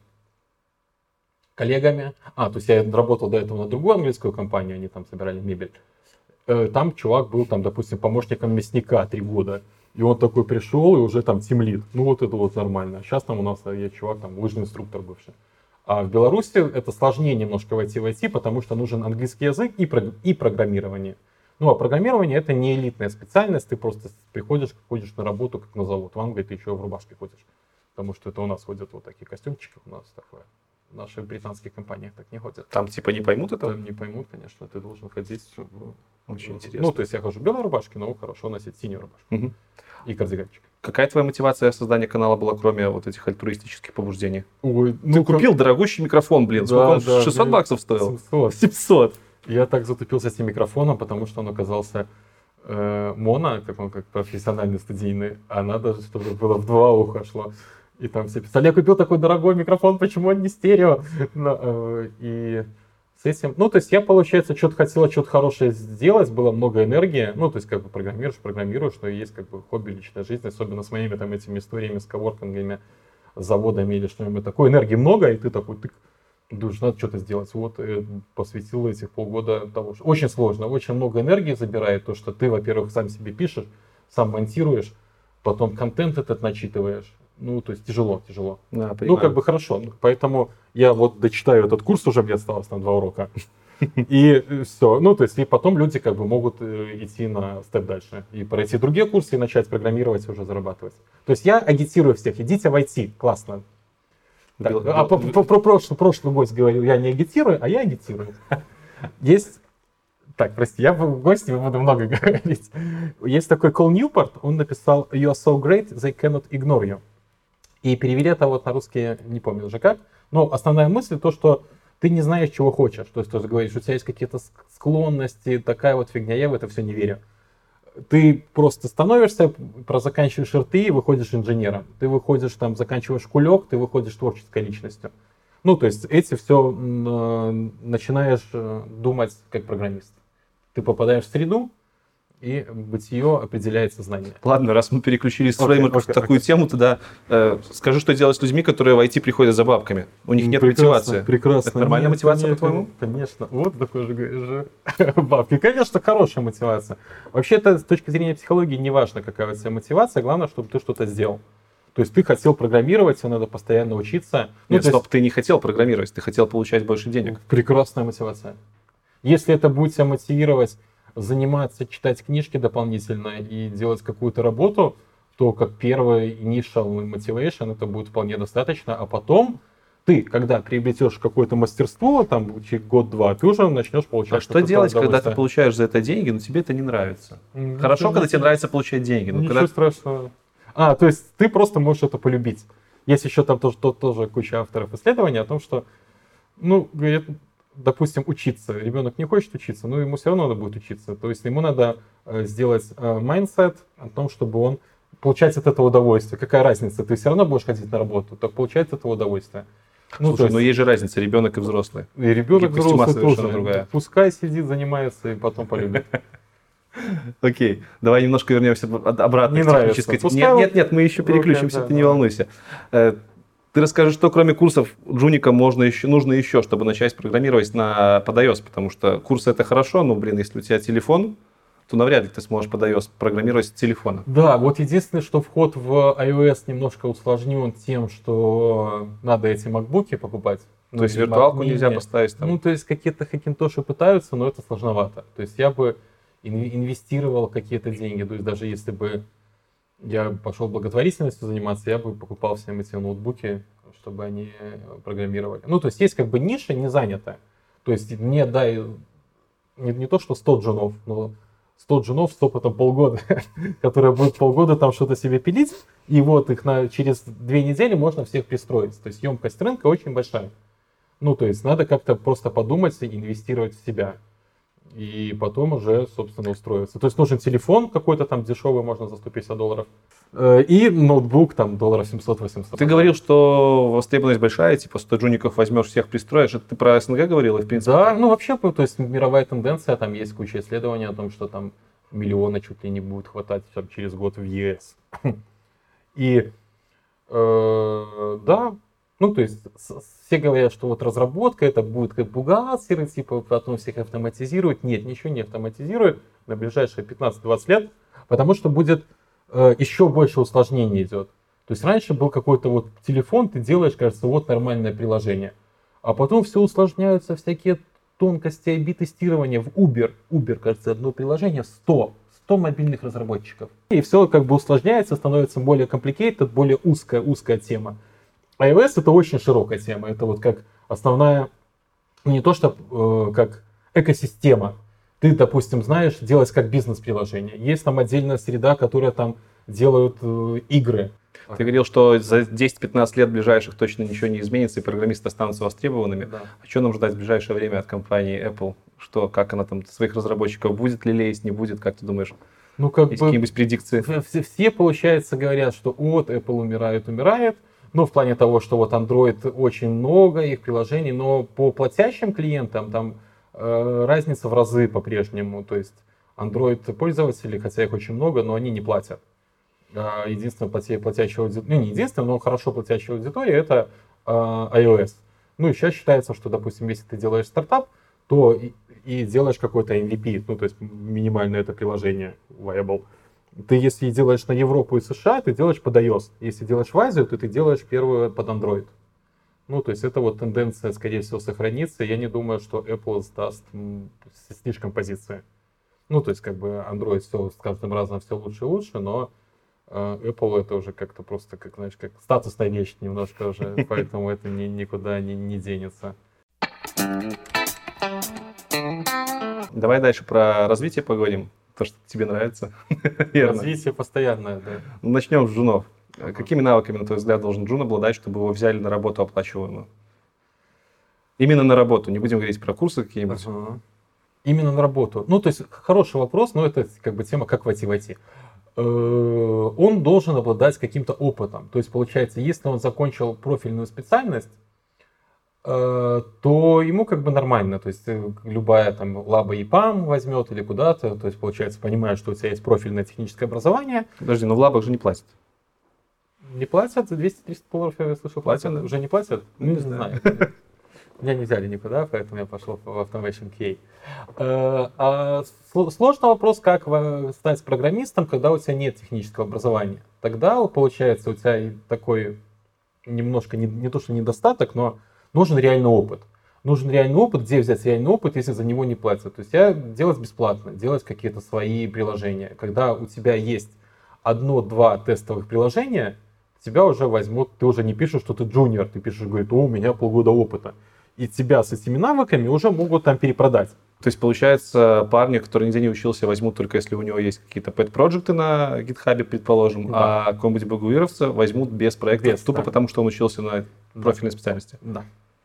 коллегами, а, то есть я работал до этого на другую английскую компанию, они там собирали мебель. Там чувак был, там, допустим, помощником мясника три года. И он такой пришел и уже там тимлид. Ну вот это вот нормально. Сейчас там у нас есть чувак, там лыжный инструктор бывший. А в Беларуси это сложнее немножко войти в ай ти, потому что нужен английский язык и, про- и программирование. Ну а программирование это не элитная специальность, ты просто приходишь, ходишь на работу, как на завод. В Англии ты еще в рубашке ходишь. Потому что это у нас ходят вот такие костюмчики, у нас такое. В наших британских компаниях так не ходят. Там типа не поймут этого? Там не поймут, конечно, ты должен ходить. Очень интересно. Ну, то есть я хожу в белой рубашке, но хорошо носить синюю рубашку. Угу. И кардиганчик. Какая твоя мотивация создания канала была, кроме вот этих альтруистических побуждений? Ой, Ты ну, купил дорогущий микрофон, блин. Да, Сколько он? да, шестьсот блин, баксов стоил? семьсот. семьсот. Я так затупился с этим микрофоном, потому что он оказался э, моно, как он как профессиональный студийный, а надо, чтобы было в два уха шло. И там все писали, я купил такой дорогой микрофон, почему он не стерео? Но, э, и с этим, ну, то есть я, получается, что-то хотел, что-то хорошее сделать, было много энергии, ну, то есть как бы программируешь, программируешь, но есть как бы хобби, личная жизнь, особенно с моими там этими историями, с коворкингами, заводами или что-нибудь такое, энергии много, и ты такой, ты думаешь, надо что-то сделать. Вот э, посвятил этих полгода того, что очень сложно, очень много энергии забирает то, что ты, во-первых, сам себе пишешь, сам монтируешь, потом контент этот начитываешь. Ну, то есть тяжело, тяжело. Да, ну, как бы хорошо. Поэтому я вот дочитаю этот курс, уже мне осталось на два урока. И все. Ну, то есть, и потом люди как бы могут идти на степ дальше. И пройти другие курсы, и начать программировать, и уже зарабатывать. То есть я агитирую всех, идите в ай ти, классно. Так, Бил- а бил- по, по, по прошлый, прошлый гость говорил, я не агитирую, а я агитирую. Есть... Так, прости, я в гости буду много говорить. Есть такой Кол Ньюпорт, он написал «You are so great, they cannot ignore you». И перевели это вот на русский, не помню уже как. Но основная мысль то, что ты не знаешь, чего хочешь. То есть ты говоришь, у тебя есть какие-то склонности, такая вот фигня, я в это все не верю. Ты просто становишься, заканчиваешь эр ти и выходишь инженером. Ты выходишь там, заканчиваешь кулек, ты выходишь творческой личностью. Ну, то есть эти все начинаешь думать как программист. Ты попадаешь в среду, и бытие определяет сознание. Ладно, раз мы переключились с фреймворков в такую okay. тему, тогда э, скажи, что делать с людьми, которые в ай ти приходят за бабками. У них нет прекрасно, мотивации. Прекрасно. Это нормальная нет, мотивация, нет, по-твоему? Конечно. Вот такой же, же бабки. Конечно, хорошая мотивация. Вообще-то, с точки зрения психологии, не важно, какая у тебя мотивация, главное, чтобы ты что-то сделал. То есть ты хотел программировать, тебе надо постоянно учиться. Нет, ну, стоп, есть... ты не хотел программировать, ты хотел получать больше денег. Прекрасная мотивация. Если это будет тебя мотивировать заниматься, читать книжки дополнительно и делать какую-то работу, то как первый initial motivation это будет вполне достаточно, а потом ты, когда приобретешь какое-то мастерство, там, через год-два, ты уже начнешь получать. А что делать, когда ты получаешь за это деньги, но тебе это не нравится? Mm-hmm. Хорошо, mm-hmm. когда тебе нравится получать деньги. Но Ничего когда... страшного. А, то есть ты просто можешь это полюбить. Есть еще там тоже, тоже куча авторов исследований о том, что, ну, говорят, допустим, учиться. Ребенок не хочет учиться, но ему все равно надо будет учиться. То есть ему надо э, сделать э, майндсет о том, чтобы он получать от этого удовольствие. Какая разница? Ты все равно будешь ходить на работу, так получать от этого удовольствие. Ну, Слушай, есть, но есть же разница, ребенок и взрослый. И ребенок и взрослый тоже. Другая. Пускай сидит, занимается и потом полюбит. Окей, давай немножко вернемся обратно не к технической теме. Нет, нет, нет, мы еще переключимся, ты не волнуйся. Ты расскажи, что кроме курсов Джуника можно еще, нужно еще, чтобы начать программировать на под iOS, потому что курсы это хорошо, но, блин, если у тебя телефон, то навряд ли ты сможешь под iOS программировать с телефона. Да, вот единственное, что вход в iOS немножко усложнен тем, что надо эти макбуки покупать. То ну, есть виртуалку не, нельзя поставить там? Ну, то есть какие-то хакинтоши пытаются, но это сложновато. То есть я бы инвестировал какие-то деньги, то есть даже если бы я пошел благотворительностью заниматься, я бы покупал всем эти ноутбуки, чтобы они программировали. Ну, то есть есть как бы ниша не занятая. То есть мне дай не, не то, что сто джунов, но сто джунов с опытом полгода, которые будут полгода там что-то себе пилить, и вот их на, через две недели можно всех пристроить. То есть емкость рынка очень большая. Ну, то есть надо как-то просто подумать и инвестировать в себя. И потом уже, собственно, устроиться. То есть нужен телефон какой-то там дешевый, можно за сто пятьдесят долларов. И ноутбук там долларов семьсот-восемьсот. Ты говорил, что востребованность большая, типа сто джуников возьмешь, всех пристроишь. Это ты про СНГ говорил? И, в принципе, да, ну вообще, то есть мировая тенденция, там есть куча исследований о том, что там миллиона чуть ли не будет хватать там, через год в ЕС. И э, да, ну то есть все говорят, что вот разработка, это будет как бухгалтеры, типа потом всех автоматизируют. Нет, ничего не автоматизируют на ближайшие пятнадцать-двадцать лет, потому что будет э, еще больше усложнений идет. То есть раньше был какой-то вот телефон, ты делаешь, кажется, вот нормальное приложение. А потом все усложняются, всякие тонкости эй би-тестирования. В Uber, Uber, кажется, одно приложение сто, сто мобильных разработчиков. И все как бы усложняется, становится более complicated, более узкая, узкая тема. iOS это очень широкая тема, это вот как основная, не то что э, как экосистема. Ты, допустим, знаешь, делать как бизнес-приложение. Есть там отдельная среда, которая там делают э, игры. Ты говорил, что за десять-пятнадцать лет ближайших точно ничего не изменится, и программисты останутся востребованными. Да. А что нам ждать в ближайшее время от компании Apple? Что, как она там своих разработчиков будет ли лезть, не будет, как ты думаешь? Ну, как Есть бы какие-нибудь предикции? Все, все, получается, говорят, что вот Apple умирает, умирает. Ну, в плане того, что вот Android очень много, их приложений, но по платящим клиентам там э, разница в разы по-прежнему. То есть Android пользователи, хотя их очень много, но они не платят. Единственная платящая аудитория, ну не единственная, но хорошо платящая аудитория это э, iOS. Ну и сейчас считается, что, допустим, если ты делаешь стартап, то и, и делаешь какой-то эм ви пи, ну то есть минимальное это приложение viable. Ты если делаешь на Европу и США, ты делаешь под iOS. Если делаешь в Азию, то ты делаешь первую под Android. Ну то есть это вот тенденция, скорее всего, сохранится. Я не думаю, что Apple сдаст слишком позиции. Ну то есть как бы Android все с каждым разом все лучше и лучше, но Apple это уже как-то просто, как, знаешь, как статусная вещь немножко уже, поэтому это ни, никуда не, не денется. Давай дальше про развитие поговорим, то, что тебе нравится. Развитие постоянное, да. Начнем с джунов. Uh-huh. Какими навыками, на твой взгляд, должен джун обладать, чтобы его взяли на работу оплачиваемую? Именно на работу, не будем говорить про курсы какие-нибудь. Uh-huh. Именно на работу. Ну, то есть, хороший вопрос, но это как бы тема, как войти в ай ти. Он должен обладать каким-то опытом. То есть, получается, если он закончил профильную специальность, э, то ему как бы нормально. То есть э, любая там лаба и пам возьмет или куда-то, то есть получается, понимает, что у тебя есть профильное техническое образование. Подожди, но в лабах же не платят. Не платят? За двести-триста долларов, я слышал, платят. Платят, да? Уже не платят? Ну, Не не знаю. Меня не взяли никуда, поэтому я пошел в Automation кей эй. Э, А сло- сложный вопрос, как во- стать программистом, когда у тебя нет технического образования. Тогда получается у тебя и такой немножко, не, не то что недостаток, но нужен реальный опыт. Нужен реальный опыт, где взять реальный опыт, если за него не платят. То есть я делать бесплатно, делать какие-то свои приложения. Когда у тебя есть одно-два тестовых приложения, тебя уже возьмут, ты уже не пишешь, что ты джуниор, ты пишешь, говорит, о, у меня полгода опыта. И тебя с этими навыками уже могут там перепродать. То есть, получается, парня, который нигде не учился, возьмут только если у него есть какие-то пэт-проекты на гитхабе, предположим, Да. а какого-нибудь багуировца возьмут без проекта, Без, тупо да. потому, что он учился на профильной специальности. Да.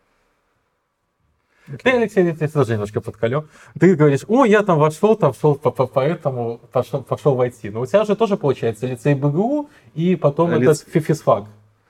Ты, Алексей, я тебя тоже немножко подколю. Ты говоришь, о, я там вошел, там шел по, по, поэтому пошел, пошел в ай ти. Но у тебя же тоже получается лицей бэ гэ у и потом Лиц- этот фи- физфак.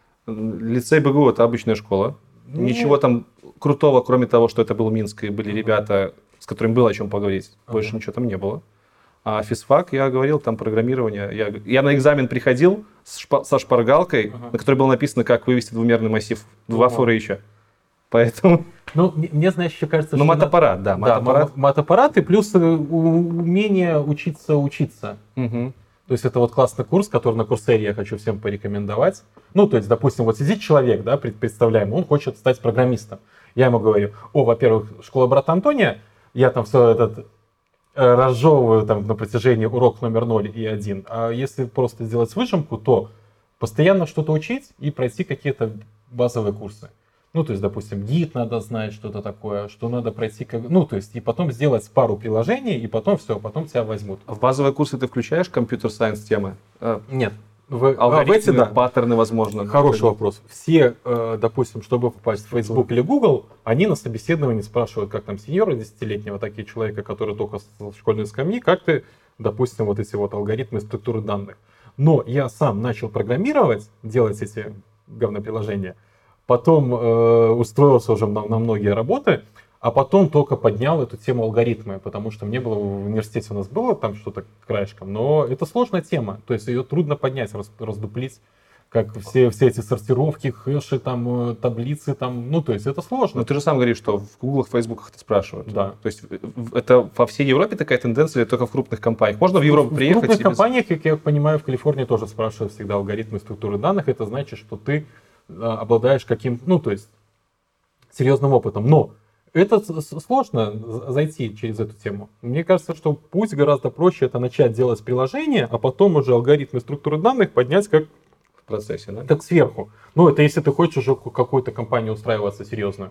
Лицей БГУ — это обычная школа. Ну, Ничего там крутого, кроме того, что это был Минск, и были ребята, с которыми было о чем поговорить. Больше Ага. ничего там не было. А физфак, я говорил, там программирование. Я, я на экзамен приходил с шпа- со шпаргалкой, Ага. на которой было написано, как вывести двумерный массив, два Ого. форейча. Поэтому... Ну, мне, мне, знаешь, еще кажется, Ну, что... матаппарат, да, Да, матаппарат. ма- матаппарат и плюс э, у- умение учиться учиться. Мгм. То есть это вот классный курс, который на Курсере я хочу всем порекомендовать. Ну, то есть, допустим, вот сидит человек, да, пред- представляем, он хочет стать программистом. Я ему говорю, о, во-первых, школа брата Антония, я там все этот э, разжевываю там на протяжении урок номер ноль и один. А если просто сделать выжимку, то постоянно что-то учить и пройти какие-то базовые курсы. Ну, то есть, допустим, гид надо знать, что-то такое, что надо пройти, как... ну, то есть, и потом сделать пару приложений, и потом все, потом тебя возьмут. В базовые курсы ты включаешь компьютер-сайенс темы? Э, Нет. В, а в Алгоритмы, эти, да. паттерны, возможно. Хороший вопрос. Все, э, допустим, чтобы попасть в Facebook или Google, они на собеседовании спрашивают, как там сеньора десятилетнего, так и человека, который только с школьной скамьи, как ты, допустим, вот эти вот алгоритмы структуры данных. Но я сам начал программировать, делать эти говноприложения, потом э, устроился уже на, на многие работы, а потом только поднял эту тему алгоритмы, потому что мне было в университете у нас было там что-то краешком, но это сложная тема, то есть ее трудно поднять, раз- раздуплить, как все, все эти сортировки, хэши, там, э, таблицы, там, ну, то есть это сложно. Но ты же сам говоришь, что в Гуглах, Фейсбуках это спрашивают. Да. То есть в- это во всей Европе такая тенденция или только в крупных компаниях? Можно в Европу В приехать? крупных и без- компаниях, как я понимаю, в Калифорнии тоже спрашивают всегда алгоритмы структуры данных. Это значит, что ты э, обладаешь каким, ну, то есть серьезным опытом. Но это с- с- сложно з- зайти через эту тему. Мне кажется, что путь гораздо проще это начать делать приложение, а потом уже алгоритмы структуры данных поднять как, в процессе, да? как сверху. Ну, это если ты хочешь уже в какую-то компанию устраиваться серьезно.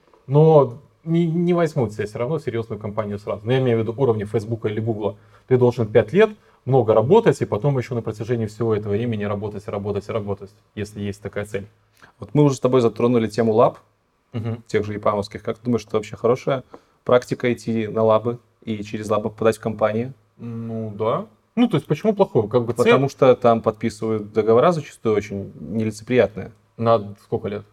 Но не, не возьмут тебя все равно серьезную компанию сразу. Но я имею в виду уровня Facebook или Google. Ты должен пять лет много работать, и потом еще на протяжении всего этого времени работать, работать, работать, если есть такая цель. Вот мы уже с тобой затронули тему лаб, Мгм. тех же ИПАМовских. Как ты думаешь, это вообще хорошая практика идти на лабы и через лабы попадать в компании? Ну да. Ну, то есть, почему плохое? Как бы цель Потому что там подписывают договора зачастую очень нелицеприятные. на сколько лет?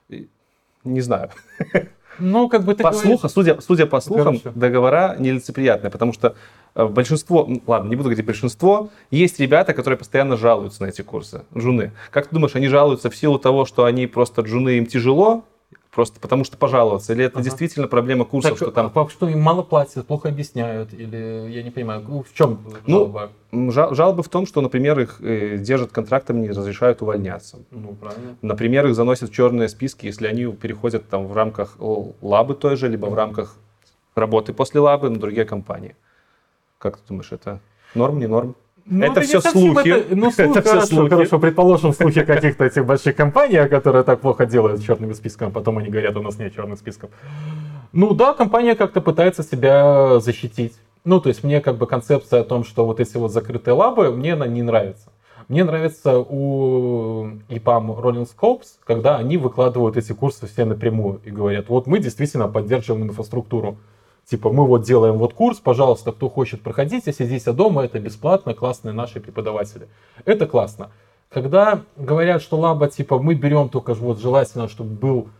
Не знаю. Ну, как бы ты По говоришь- слухам, судя, судя по слухам, Хорошо. договора нелицеприятные, потому что э, большинство, ну, ладно, не буду говорить большинство, есть ребята, которые постоянно жалуются на эти курсы, джуны. Как ты думаешь, они жалуются в силу того, что они просто джуны, им тяжело, просто потому что пожаловаться, или это Ага. действительно проблема курсов, Так, что там а что им мало платят, плохо объясняют, или я не понимаю, ну, в чем Ну, жалоба? м, жал- жалобы в том, что, например, их э, держат контрактами, не разрешают увольняться. Ну, правильно. Например, их заносят в черные списки, если они переходят там в рамках л- лабы той же, либо в рамках работы после лабы на другие компании. Как ты думаешь, это норм, не норм? Ну, Это не всё совсем слухи. это- ну, слухи, Это всё хорошо, слухи. хорошо, предположим, слухи каких-то этих больших компаний, которые так плохо делают с черными списками, а потом они говорят, у нас нет черных списков. Ну да, компания как-то пытается себя защитить. Ну, то есть мне как бы концепция о том, что вот эти вот закрытые лабы, мне она не нравится. Мне нравится у ИПАМ Rolling Scopes, когда они выкладывают эти курсы все напрямую и говорят, вот мы действительно поддерживаем инфраструктуру. Типа, мы вот делаем вот курс, пожалуйста, кто хочет, проходите, сидите дома, это бесплатно, классные наши преподаватели. Это классно. Когда говорят, что лаба, типа, мы берем только вот желательно, чтобы был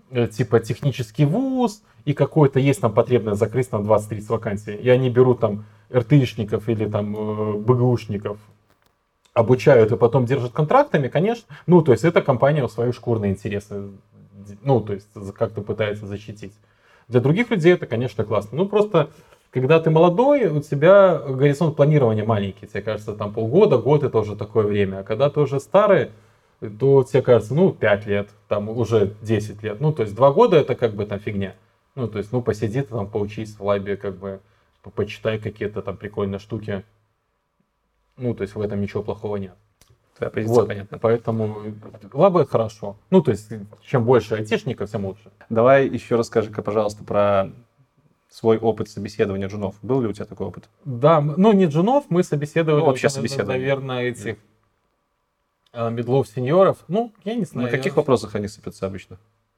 типа технический вуз, и какой-то есть там потребность закрыть там двадцать-тридцать вакансий. И они берут там эр тэ ишников или там бэ гэ ушников, обучают и потом держат контрактами, конечно. Ну, то есть эта компания свои шкурные интересы, ну, то есть как-то пытается защитить. Для других людей это, конечно, классно. Ну, просто, когда ты молодой, у тебя горизонт планирования маленький. Тебе кажется, там полгода, год это уже такое время. А когда ты уже старый, то тебе кажется, ну, пять лет, там уже десять лет. Ну, то есть два года это как бы там фигня. Ну, то есть, ну, посиди ты там, поучись в лабе, как бы, почитай какие-то там прикольные штуки. Ну, то есть в этом ничего плохого нет. Твоя позиция Вот, понятна. поэтому лабы хорошо. Ну, то есть, чем больше айтишников, тем лучше. Давай еще расскажи-ка, пожалуйста, про свой опыт собеседования джунов. Был ли у тебя такой опыт? Да, ну не джунов, мы собеседовали, Ну, вообще собеседование. наверное, этих э, медлов сеньоров. Ну, я не знаю. На каких я... вопросах они сыпятся обычно?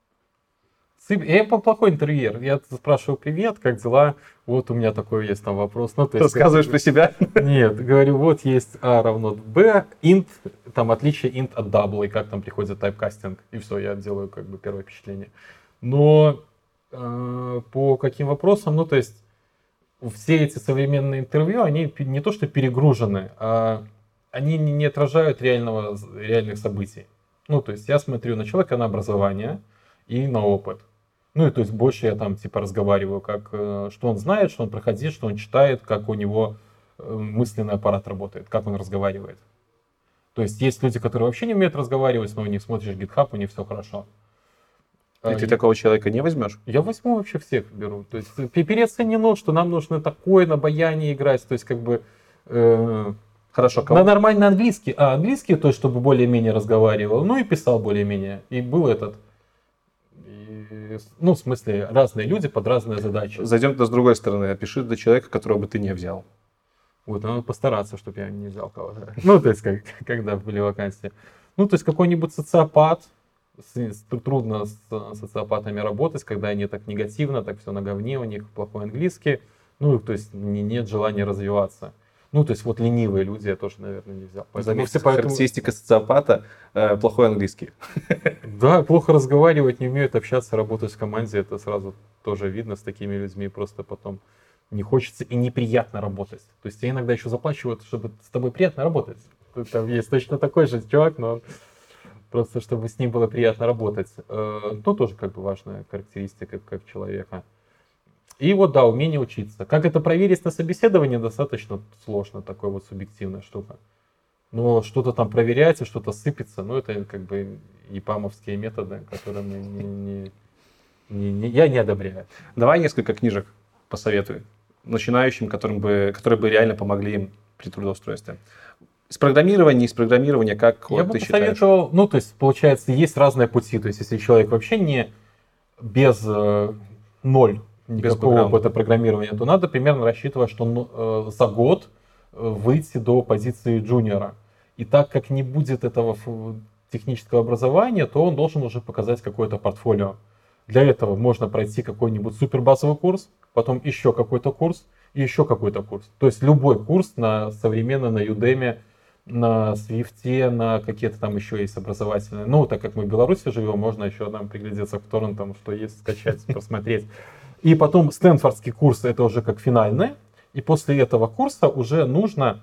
Я плохой интервьюер. Я спрашиваю: привет, как дела? Вот у меня такой есть там вопрос. Ну, то есть, рассказываешь про себя? Нет, говорю, вот есть А равно Б, int, там отличие int от double, и как там приходит тайпкастинг. И все, я делаю как бы первое впечатление. Но э, по каким вопросам, ну, то есть, все эти современные интервью, они не то что перегружены, а они не отражают реального, реальных событий. Ну, то есть, я смотрю на человека, на образование и на опыт. Ну, и то есть больше я там типа разговариваю, как, что он знает, что он проходит, что он читает, как у него мысленный аппарат работает, как он разговаривает. То есть есть люди, которые вообще не умеют разговаривать, но у них смотришь GitHub, у них все хорошо. И а ты я... такого человека не возьмешь? Я возьму, вообще всех беру. То есть переоценено, что нам нужно такое на баяне играть, то есть как бы... Э... Хорошо, кого? На нормальный английский, а английский, то есть чтобы более-менее разговаривал, ну и писал более-менее. И был этот... Ну, в смысле, разные люди под разные задачи. Зайдем туда с другой стороны. Опиши для человека, которого бы ты не взял. Вот, надо постараться, чтобы я не взял кого-то. Ну, то есть, как, когда были вакансии. Ну, то есть, какой-нибудь социопат. С, трудно с социопатами работать, когда они так негативно, так все на говне, у них плохой английский. Ну, то есть, не, нет желания развиваться. Ну, то есть, вот ленивые люди я тоже, наверное, не взял. Поэтому, все, поэтому... Характеристика социопата э, плохой английский. Да, плохо разговаривать, не умеют общаться, работать в команде. Это сразу тоже видно с такими людьми. Просто потом не хочется и неприятно работать. То есть, тебе иногда еще заплачивают, чтобы с тобой приятно работать. Там есть точно такой же чувак, но просто чтобы с ним было приятно работать. Ну, тоже как бы важная характеристика как человека. И вот, да, умение учиться. Как это проверить на собеседовании, достаточно сложно, такая вот субъективная штука. Но что-то там проверять, и что-то сыпется, ну, это как бы ипамовские методы, которые мы не, не, не, не, я не одобряю. Давай несколько книжек посоветуй начинающим, которым бы, которые бы реально помогли им при трудоустройстве. С программирования, из программирования, как я вот, бы ты посоветовал, считаешь? Ну, то есть, получается, есть разные пути. То есть, если человек вообще не без э, ноль, никакого опыта программирования, то надо примерно рассчитывать, что ну, э, за год э, выйти до позиции джуниора. И так как не будет этого технического образования, то он должен уже показать какое-то портфолио. Для этого можно пройти какой-нибудь супербазовый курс, потом еще какой-то курс и еще какой-то курс. То есть любой курс на современно на Udemy, на Swift, на какие-то там еще есть образовательные. Ну, так как мы в Беларуси живем, можно еще нам приглядеться к торрентам, что есть, скачать, просмотреть. И потом стэнфордский курс, это уже как финальный. И после этого курса уже нужно,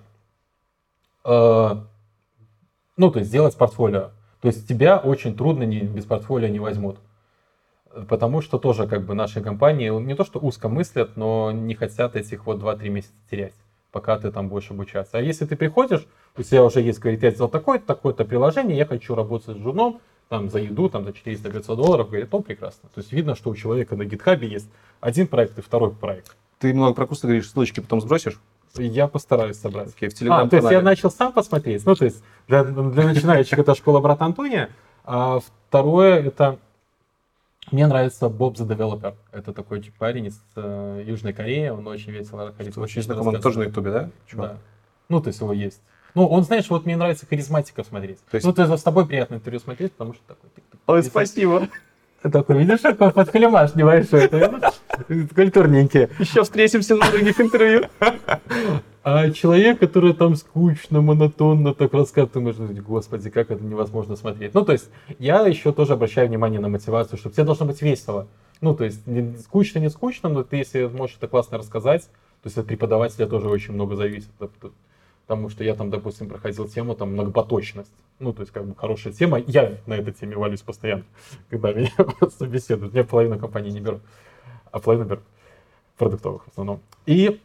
э, ну, то есть сделать портфолио. То есть тебя очень трудно не, без портфолио не возьмут. Потому что тоже как бы наши компании не то что узко мыслят, но не хотят этих вот два-три месяца терять, пока ты там будешь обучаться. А если ты приходишь, у тебя уже есть, говорит, я сделал такое-то, такое-то приложение, я хочу работать с джуном, там за еду, там за четыреста-пятьсот долларов, говорит, ну прекрасно. То есть видно, что у человека на GitHub есть один проект и второй проект. Ты много про курсы говоришь, ссылочки потом сбросишь? Я постараюсь собрать. Okay, в Telegram а, то есть я начал сам посмотреть. Ну, то есть для, для начинающих это школа брата Антония. А второе, это мне нравится Bob the Developer. Это такой парень из э, Южной Кореи, он очень весело, харизматично. Очень знакомый, он тоже на Ютубе, да? Чувак? Да. Ну, то есть его есть. Ну, он, знаешь, вот мне нравится харизматиков смотреть. То есть... Ну, то есть с тобой приятно интервью смотреть, потому что такой... Ой, спасибо. Такой, видишь, какой подхалимаш небольшой. Культурненький. Еще встретимся на других интервью. А человек, который там скучно, монотонно так рассказывает, ты думаешь, господи, как это невозможно смотреть. Ну, то есть, я еще тоже обращаю внимание на мотивацию, что тебе должно быть весело. Ну, то есть, не, скучно, не скучно, но ты, если можешь это классно рассказать, то есть, от преподавателя тоже очень много зависит. Потому что я там, допустим, проходил тему, там, многопоточность. Ну, то есть, как бы, хорошая тема. Я на этой теме валюсь постоянно, когда меня просто беседуют. Меня половину компаний не берут, а половину берут. Продуктовых в основном. И,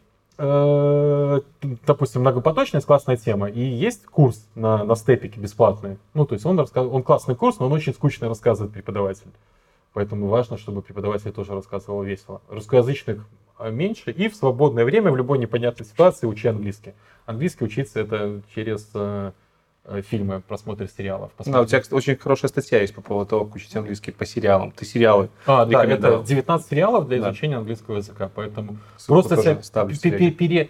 э, допустим, многопоточность классная тема. И есть курс на, на степике бесплатный. Ну, то есть, он, рассказ... он классный курс, но он очень скучно рассказывает преподаватель. Поэтому важно, чтобы преподаватель тоже рассказывал весело. Русскоязычных меньше, и в свободное время, в любой непонятной ситуации учи английский. Английский учиться это через э, фильмы, просмотр сериалов. Да, у тебя очень хорошая статья есть по поводу того, как учить английский по сериалам. Ты сериалы А, да, это девятнадцать сериалов для изучения да. английского языка. Поэтому ссылку просто пере,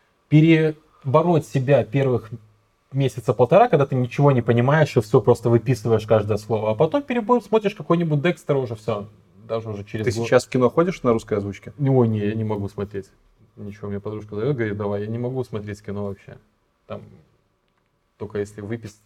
перебороть себя первых месяца полтора, когда ты ничего не понимаешь и все просто выписываешь каждое слово. А потом перебор смотришь какой-нибудь Декстера, уже все. Даже уже через Ты год. сейчас в кино ходишь на русской озвучке? Ой, не, я не могу смотреть. Ничего, мне подружка зовет, говорит, давай, я не могу смотреть кино вообще. Там, только если выписать.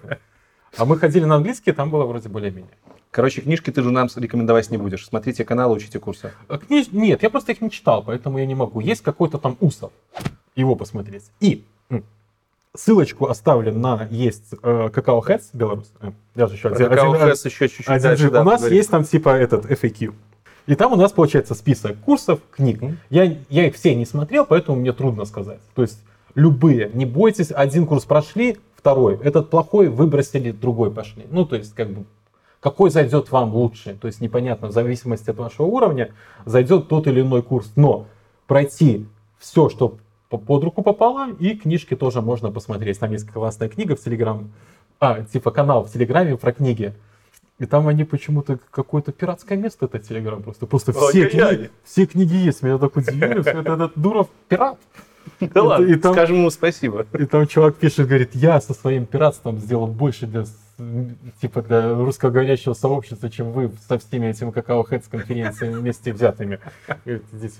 А мы ходили на английский, там было вроде более-менее. Короче, книжки ты же нам рекомендовать не будешь. Смотрите каналы, учите курсы. А книж... Нет, я просто их не читал, поэтому я не могу. Есть какой-то там Усов, его посмотреть. И ссылочку оставлю на есть э, Какао Heads Беларусь. Э, даже еще один. Какао один, Heads еще чуть-чуть один, дальше. У да, нас говорит. Есть там типа этот эф эй кью. И там у нас получается список курсов, книг. Mm. Я, я их все не смотрел, поэтому мне трудно сказать. То есть любые, не бойтесь, один курс прошли, второй. Этот плохой, выбросили, другой пошли. Ну, то есть как бы какой зайдет вам лучше. То есть непонятно, в зависимости от вашего уровня, зайдет тот или иной курс. Но пройти все, что под руку попало, и книжки тоже можно посмотреть. Там есть классная книга в Телеграм, а, типа канал в Телеграме про книги. И там они почему-то какое-то пиратское место, это Телеграм просто. Просто все, книги, все книги есть. Меня так удивили, что это этот Дуров пират. Да ладно, и там, скажем ему спасибо. И там чувак пишет, говорит, я со своим пиратством сделал больше для, типа, для русскоговорящего сообщества, чем вы со всеми этими Какао Heads конференциями вместе взятыми. Говорит, здесь,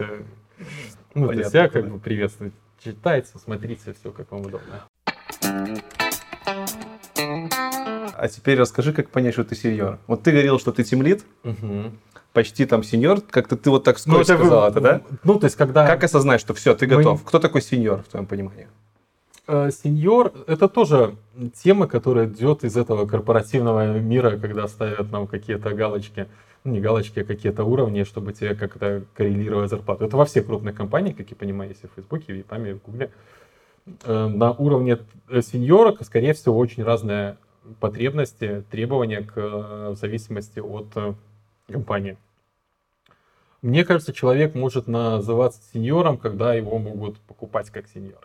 ну, для себя как бы приветствую. Читайте, смотрите, все как вам удобно. А теперь расскажи, как понять, что ты сеньор. Вот ты говорил, что ты тимлид, угу. почти там сеньор. Как-то ты вот так вскользь ну, сказал это, да? Ну, то есть, когда... Как осознать, что все, ты готов? Мы... Кто такой сеньор, в твоем понимании? Сеньор — это тоже тема, которая идет из этого корпоративного мира, когда ставят нам какие-то галочки. Ну, не галочки, а какие-то уровни, чтобы тебе как-то коррелировать зарплату. Это во всех крупных компаниях, как я понимаю, есть и в Фейсбуке, в Випаме, и в Гугле. На уровне сеньора, скорее всего, очень разные потребности, требования к, в зависимости от компании. Мне кажется, человек может называться сеньором, когда его могут покупать как сеньора.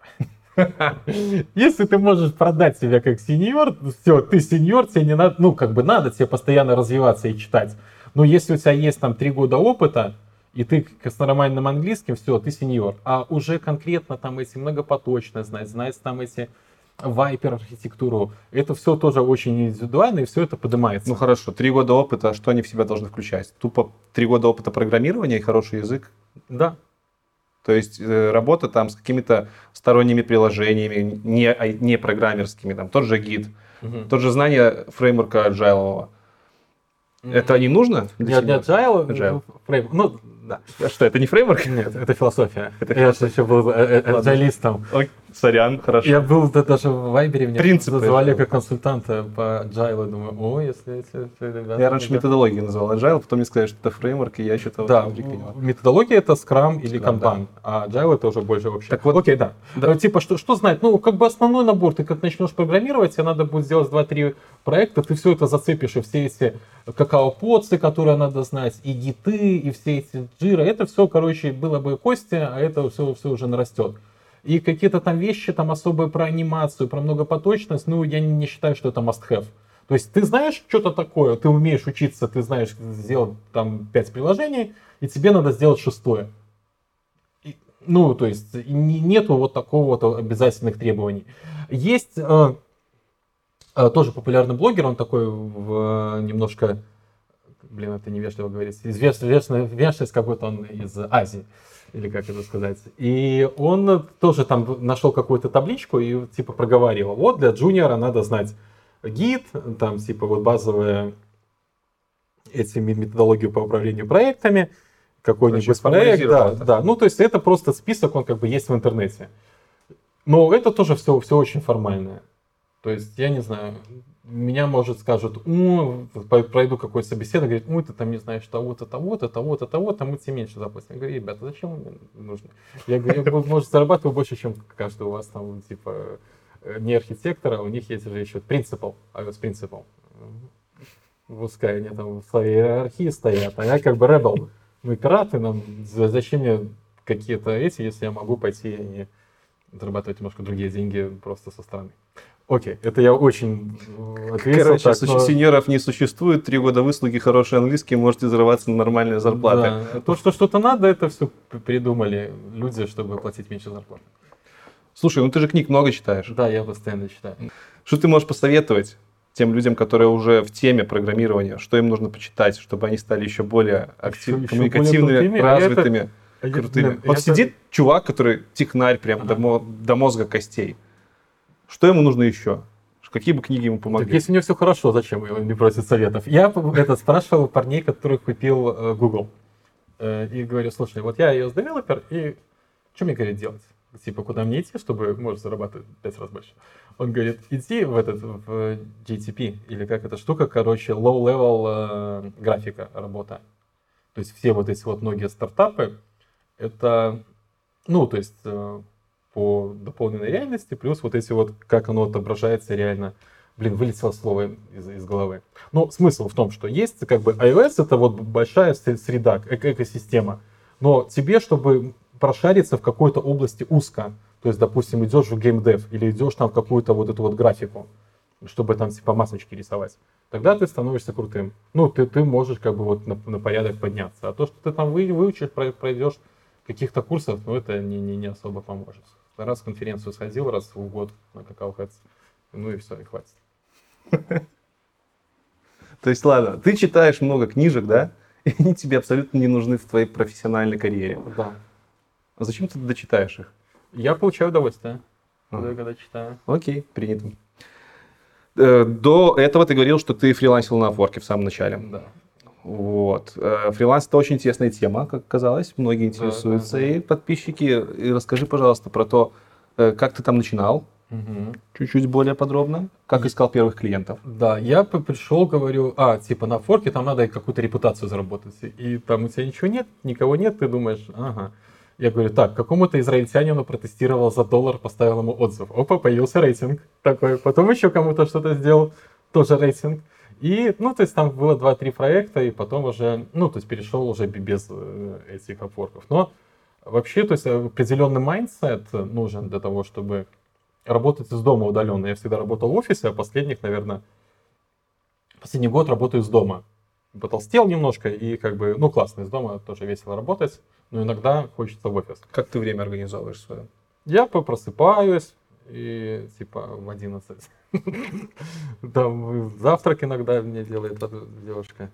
Если ты можешь продать себя как сеньор, все, ты сеньор, тебе не надо, ну, как бы надо тебе постоянно развиваться и читать. Но если у тебя есть там три года опыта, и ты с нормальным английским, все, ты сеньор. А уже конкретно там эти многопоточно знать, знать там эти вайпер архитектуру, это все тоже очень индивидуально, и все это поднимается. Ну хорошо, три года опыта, что они в себя должны включать? Тупо три года опыта программирования и хороший язык? Да. То есть э, работа там с какими-то сторонними приложениями, не, не программерскими, там тот же гид, угу. тот же знание фреймворка agile. Mm-hmm. Это не нужно? Нет, не agile, agile. Фреймворк. Ну, да. А что, это не фреймворк? Нет, это философия. Это я же еще был agilистом. Сорян, хорошо. Я был даже в Вайбере, меня Принципы называли как консультанта по agile. Думаю, о, если эти ребята... Я раньше методологию называл agile, потом мне сказали, что это фреймворк, и я что-то... Да, методология это Scrum или Kanban, а agile это уже больше общее. Так вот, окей, да. да. Типа, что, что знать? Ну, как бы основной набор, ты как начнешь программировать, тебе надо будет сделать два-три проекта, ты все это зацепишь, и все эти какао-подсы, которые надо знать, и гиты, и все эти джиры, это все, короче, было бы кости, а это все, все уже нарастет. И какие-то там вещи, там особые про анимацию, про многопоточность, ну, я не считаю, что это must-have. То есть ты знаешь что-то такое, ты умеешь учиться, ты знаешь сделать там пять приложений, и тебе надо сделать шестое. И, ну, то есть нету вот такого вот обязательных требований. Есть э, э, тоже популярный блогер, он такой в, немножко, блин, это невежливо говорить, вежливость какой-то он из Азии. или как это сказать. И он тоже там нашел какую-то табличку и типа проговаривал. Вот для джуниора надо знать гид, там типа вот базовые эти методологию по управлению проектами, какой-нибудь проект. Да, да. Ну, то есть это просто список, он как бы есть в интернете. Но это тоже все, все очень формальное. То есть, я не знаю, меня, может, скажут, о, пройду какое-то собеседование, говорит, ой, ты там не знаешь того-то, того-то, того-то, того-то, мы тебе меньше заплатим. Я говорю, ребята, зачем мне нужно? Я говорю, я, может, зарабатываю больше, чем каждый у вас там, типа, не архитектора, у них есть же еще принципал, iOS принципал. Пускай они там в своей иерархии стоят, а я как бы ребел. Мы пираты, нам зачем мне какие-то эти, если я могу пойти и зарабатывать немножко другие деньги просто со стороны. Окей, это я очень ответил. Короче, так, но... сеньоров не существует, три года выслуги, хороший английский, можете зарабатывать на нормальные зарплаты. Да. То, что что-то надо, это все придумали люди, чтобы платить меньше зарплаты. Слушай, ну ты же книг много читаешь. Да, я постоянно читаю. Что ты можешь посоветовать тем людям, которые уже в теме программирования, что им нужно почитать, чтобы они стали еще более актив... еще, коммуникативными, еще более развитыми, а это... крутыми? Блин, вот сидит это... чувак, который технарь прям ага. до, до мозга костей. Что ему нужно еще? Какие бы книги ему помогли? Так если у него все хорошо, зачем его не просят советов? Я это спрашивал парней, которых купил э, Google. Э, и говорю, слушай, вот я iOS-девелопер, и что мне, говорит, делать? Типа, куда мне идти, чтобы, может, зарабатывать пять раз больше? Он говорит, иди в этот, в джей ти пи, или как эта штука, короче, low-level э, графика, работа. То есть все вот эти вот многие стартапы, это, ну, то есть... Э, по дополненной реальности, плюс вот эти вот, как оно отображается реально. Блин, вылетело слово из, из головы. Но смысл в том, что есть как бы iOS, это вот большая среда, эко экосистема. Но тебе, чтобы прошариться в какой-то области узко, то есть, допустим, идешь в геймдев или идешь там в какую-то вот эту вот графику, чтобы там типа масочки рисовать, тогда ты становишься крутым. Ну, ты, ты можешь как бы вот на, на порядок подняться. А то, что ты там вы, выучишь, пройдешь каких-то курсов, ну, это не, не, не особо поможет. Раз в конференцию сходил, раз в год на Какао Heads, ну и все, и хватит. То есть, ладно, ты читаешь много книжек, да? И они тебе абсолютно не нужны в твоей профессиональной карьере. Да. А зачем ты дочитаешь их? Я получаю удовольствие, а. когда читаю. Окей, принято. До этого ты говорил, что ты фрилансил на Upwork в самом начале. Да. Вот. Фриланс — это очень интересная тема, как оказалось. Многие интересуются, да, да, да. И подписчики. И расскажи, пожалуйста, про то, как ты там начинал. Угу. Чуть-чуть более подробно. Как и... искал первых клиентов. Да, я пришел, говорю, а, типа на Upwork там надо какую-то репутацию заработать. И там у тебя ничего нет, никого нет, ты думаешь, ага. Я говорю, так, какому-то израильтянину протестировал за доллар, поставил ему отзыв. Опа, появился рейтинг такой. Потом еще кому-то что-то сделал, тоже рейтинг. И, ну, то есть там было два-три проекта, и потом уже, ну, то есть перешел уже без э, этих опорков. Но вообще, то есть определенный майндсет нужен для того, чтобы работать из дома удаленно. Я всегда работал в офисе, а последних, наверное, последний год работаю из дома. Потолстел немножко, и как бы, ну, классно, из дома тоже весело работать, но иногда хочется в офис. Как ты время организовываешь свое? Я просыпаюсь, и типа в одиннадцать. Там завтрак иногда мне делает девушка.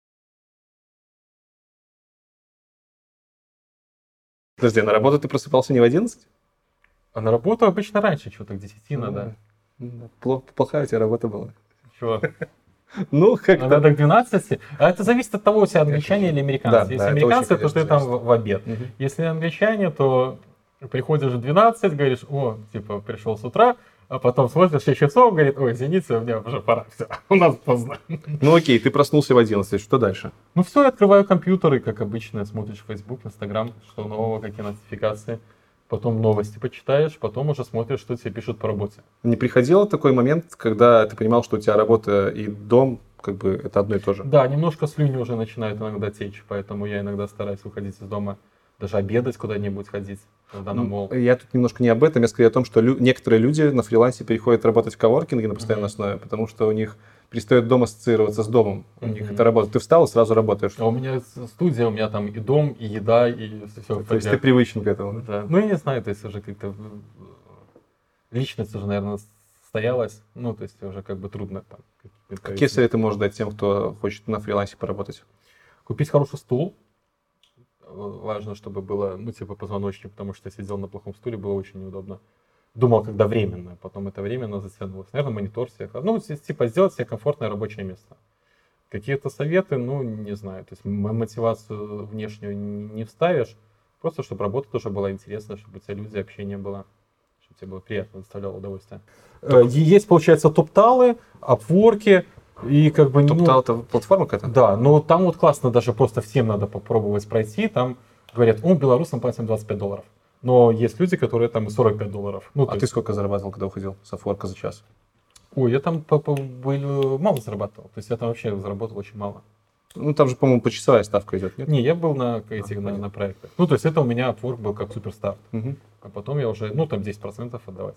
Подожди, на работу ты просыпался не в одиннадцать? А на работу обычно раньше, что-то к десяти надо. Плохая у тебя работа была. Чего? Ну, как-то... Надо к двенадцати. А это зависит от того, у тебя англичане или американцы. Да, Если да, американцы, очень, то ты там в, в обед. Угу. Если англичане, то приходишь в двенадцать, говоришь, о, типа, пришел с утра, а потом смотришь шесть часов, говорит, ой, извините, у меня уже пора, все, у нас поздно. Ну окей, ты проснулся в одиннадцать, что дальше? Ну все, я открываю компьютер, и как обычно смотришь Facebook, Instagram, что нового, какие нотификации. Потом новости почитаешь, потом уже смотришь, что тебе пишут по работе. Не приходил такой момент, когда ты понимал, что у тебя работа и дом, как бы, это одно и то же? Да, немножко слюни уже начинают иногда течь, поэтому я иногда стараюсь уходить из дома, даже обедать куда-нибудь ходить, когда на мол. Я тут немножко не об этом, я скорее о том, что лю- некоторые люди на фрилансе переходят работать в коворкинге на постоянной mm-hmm. основе, потому что у них перестает дом ассоциироваться с домом. У mm-hmm. них это работа. Ты встал и сразу работаешь. А у меня студия, у меня там и дом, и еда, и все. То есть ты привычен к этому? Да. Ну, я не знаю, то есть уже как-то личность уже, наверное, стоялась. Ну, то есть уже как бы трудно там. Какие советы можешь дать тем, кто хочет на фрилансе поработать? Купить хороший стул. важно, чтобы было, ну, типа позвоночник, потому что я сидел на плохом стуле, было очень неудобно. Думал, когда временно, потом это временно затянулось. Наверное, монитор себе, ну, типа сделать себе комфортное рабочее место. Какие-то советы, ну, не знаю, то есть мотивацию внешнюю не вставишь, просто чтобы работа тоже была интересная, чтобы у тебя люди, общение было, чтобы тебе было приятно, доставляло удовольствие. Только... Есть, получается, топталы, апворки, и как бы... Топтал ну, это платформа какая-то? Да, но там вот классно, даже просто всем надо попробовать пройти, там говорят, о, белорусам платим двадцать пять долларов. Но есть люди, которые там и сорок пять долларов. Ну, а ты есть... сколько зарабатывал, когда уходил с апворка за час? Ой, я там мало зарабатывал. То есть я там вообще заработал очень мало. Ну, там же, по-моему, почасовая ставка идет, нет? Не, я был на этих, а, на, на проектах. Ну, то есть это у меня Upwork был как суперстарт. Угу. А потом я уже, ну, там десять процентов отдавать.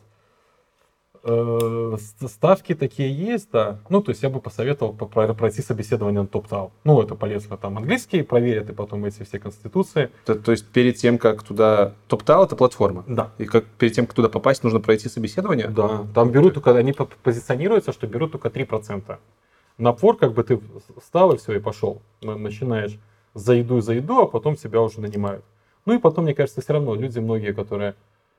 Ставки такие есть, да. Ну, то есть я бы посоветовал пройти собеседование на TopTal. Ну, это полезно. Там английский проверят, и потом эти все конституции. То, то есть перед тем, как туда... TopTal — это платформа? Да. И как перед тем, как туда попасть, нужно пройти собеседование? Да. Там берут только... Они позиционируются, что берут только три процента. На Upwork как бы ты встал и все, и пошел. Начинаешь за еду и за еду, а потом тебя уже нанимают. Ну и потом, мне кажется, все равно люди многие, которые...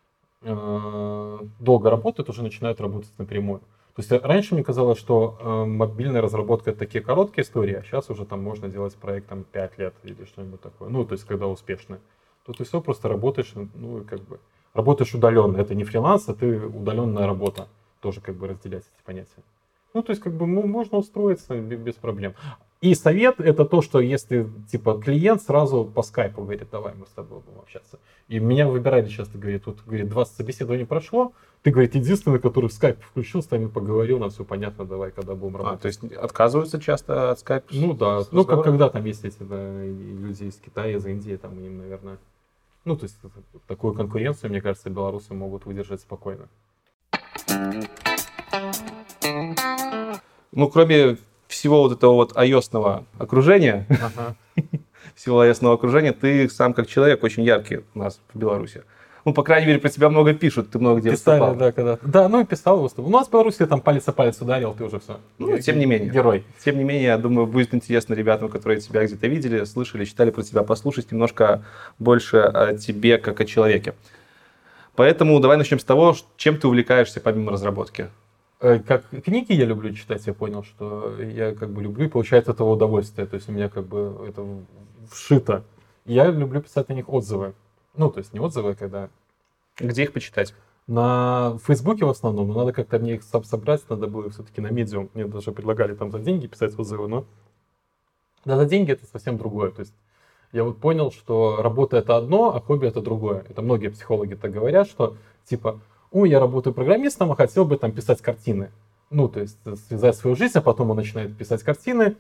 долго работают, уже начинают работать напрямую. То есть раньше мне казалось, что э, мобильная разработка — это такие короткие истории, а сейчас уже там можно делать проект там пять лет или что-нибудь такое. Ну, то есть когда успешно. То ты все просто работаешь, ну, как бы, работаешь удаленно. Это не фриланс, а ты удаленная работа. Тоже как бы разделять эти понятия. Ну, то есть как бы ну, можно устроиться без проблем. И совет — это то, что если типа клиент сразу по скайпу говорит, давай мы с тобой будем общаться. И меня выбирали часто, говорит, тут говорит, двадцать собеседований прошло, ты, говорит, единственный, который в скайп включил, с нами поговорил, нам все понятно, давай, когда будем работать. А, то есть отказываются часто от скайпа? Ну да, ну как, когда там есть эти да, люди из Китая, из Индии, там им, наверное, ну то есть такую конкуренцию, мне кажется, белорусы могут выдержать спокойно. Ну, кроме всего вот этого вот iOS-ного окружения, ага. всего iOS-ного окружения, ты сам как человек очень яркий у нас в Беларуси. Ну, по крайней мере, про тебя много пишут, ты много где Писали, выступал. да, когда-то. Да, ну и писал, выступал. У нас в Беларуси там палец о палец ударил, ты уже все. Ну, тем не менее. Герой. Тем не менее, я думаю, будет интересно ребятам, которые тебя где-то видели, слышали, читали про тебя, послушать немножко больше о тебе, как о человеке. Поэтому давай начнем с того, чем ты увлекаешься помимо разработки. Как книги я люблю читать, я понял, что я как бы люблю и получаю от этого удовольствие. То есть у меня как бы это вшито. Я люблю писать на них отзывы. Ну, то есть не отзывы, когда... Где их почитать? На Фейсбуке в основном, но надо как-то мне их собрать, надо было все-таки на Medium. Мне даже предлагали там за деньги писать отзывы, но... Да, за деньги это совсем другое. То есть я вот понял, что работа это одно, а хобби это другое. Это многие психологи так говорят, что типа... Ой, я работаю программистом, а хотел бы там писать картины. Ну, то есть связать свою жизнь, а потом он начинает писать картины,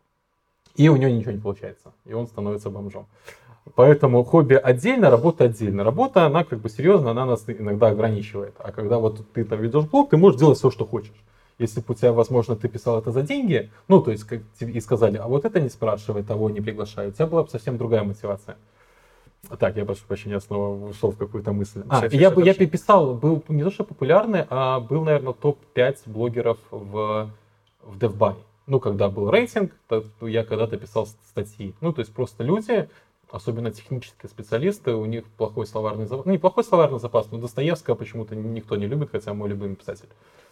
и у него ничего не получается. И он становится бомжом. Поэтому хобби отдельно, работа отдельно. Работа, она как бы серьезно, она нас иногда ограничивает. А когда вот ты там ведешь блог, ты можешь делать все, что хочешь. Если бы у тебя, возможно, ты писал это за деньги, ну, то есть, как и сказали, а вот это не спрашивай, того не приглашают, у тебя была бы совсем другая мотивация. Так, я прошу прощения, снова ушел в какую-то мысль. А, все, я, я писал, был не то что популярный, а был, наверное, топ пять блогеров в, в DevBuy. Ну, когда был рейтинг, то я когда-то писал статьи. Ну, то есть просто люди, особенно технические специалисты, у них плохой словарный запас. Ну, не плохой словарный запас, но Достоевского почему-то никто не любит, хотя мой любимый писатель.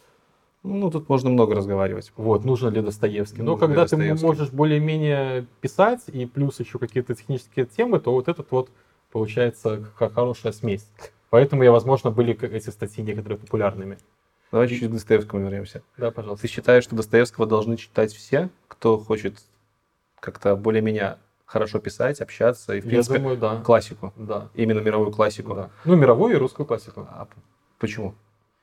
Ну, тут можно много разговаривать. Вот, нужно ли Достоевский. Но когда ты можешь более-менее писать, и плюс еще какие-то технические темы, то вот этот вот получается хорошая смесь. Поэтому, я, возможно, были эти статьи некоторые популярными. Давай чуть-чуть к Достоевскому вернемся. Да, пожалуйста. Ты считаешь, что Достоевского должны читать все, кто хочет как-то более-менее хорошо писать, общаться и, в принципе, я думаю, да. классику? Да. Именно мировую классику? Да. Ну, мировую и русскую классику. А почему?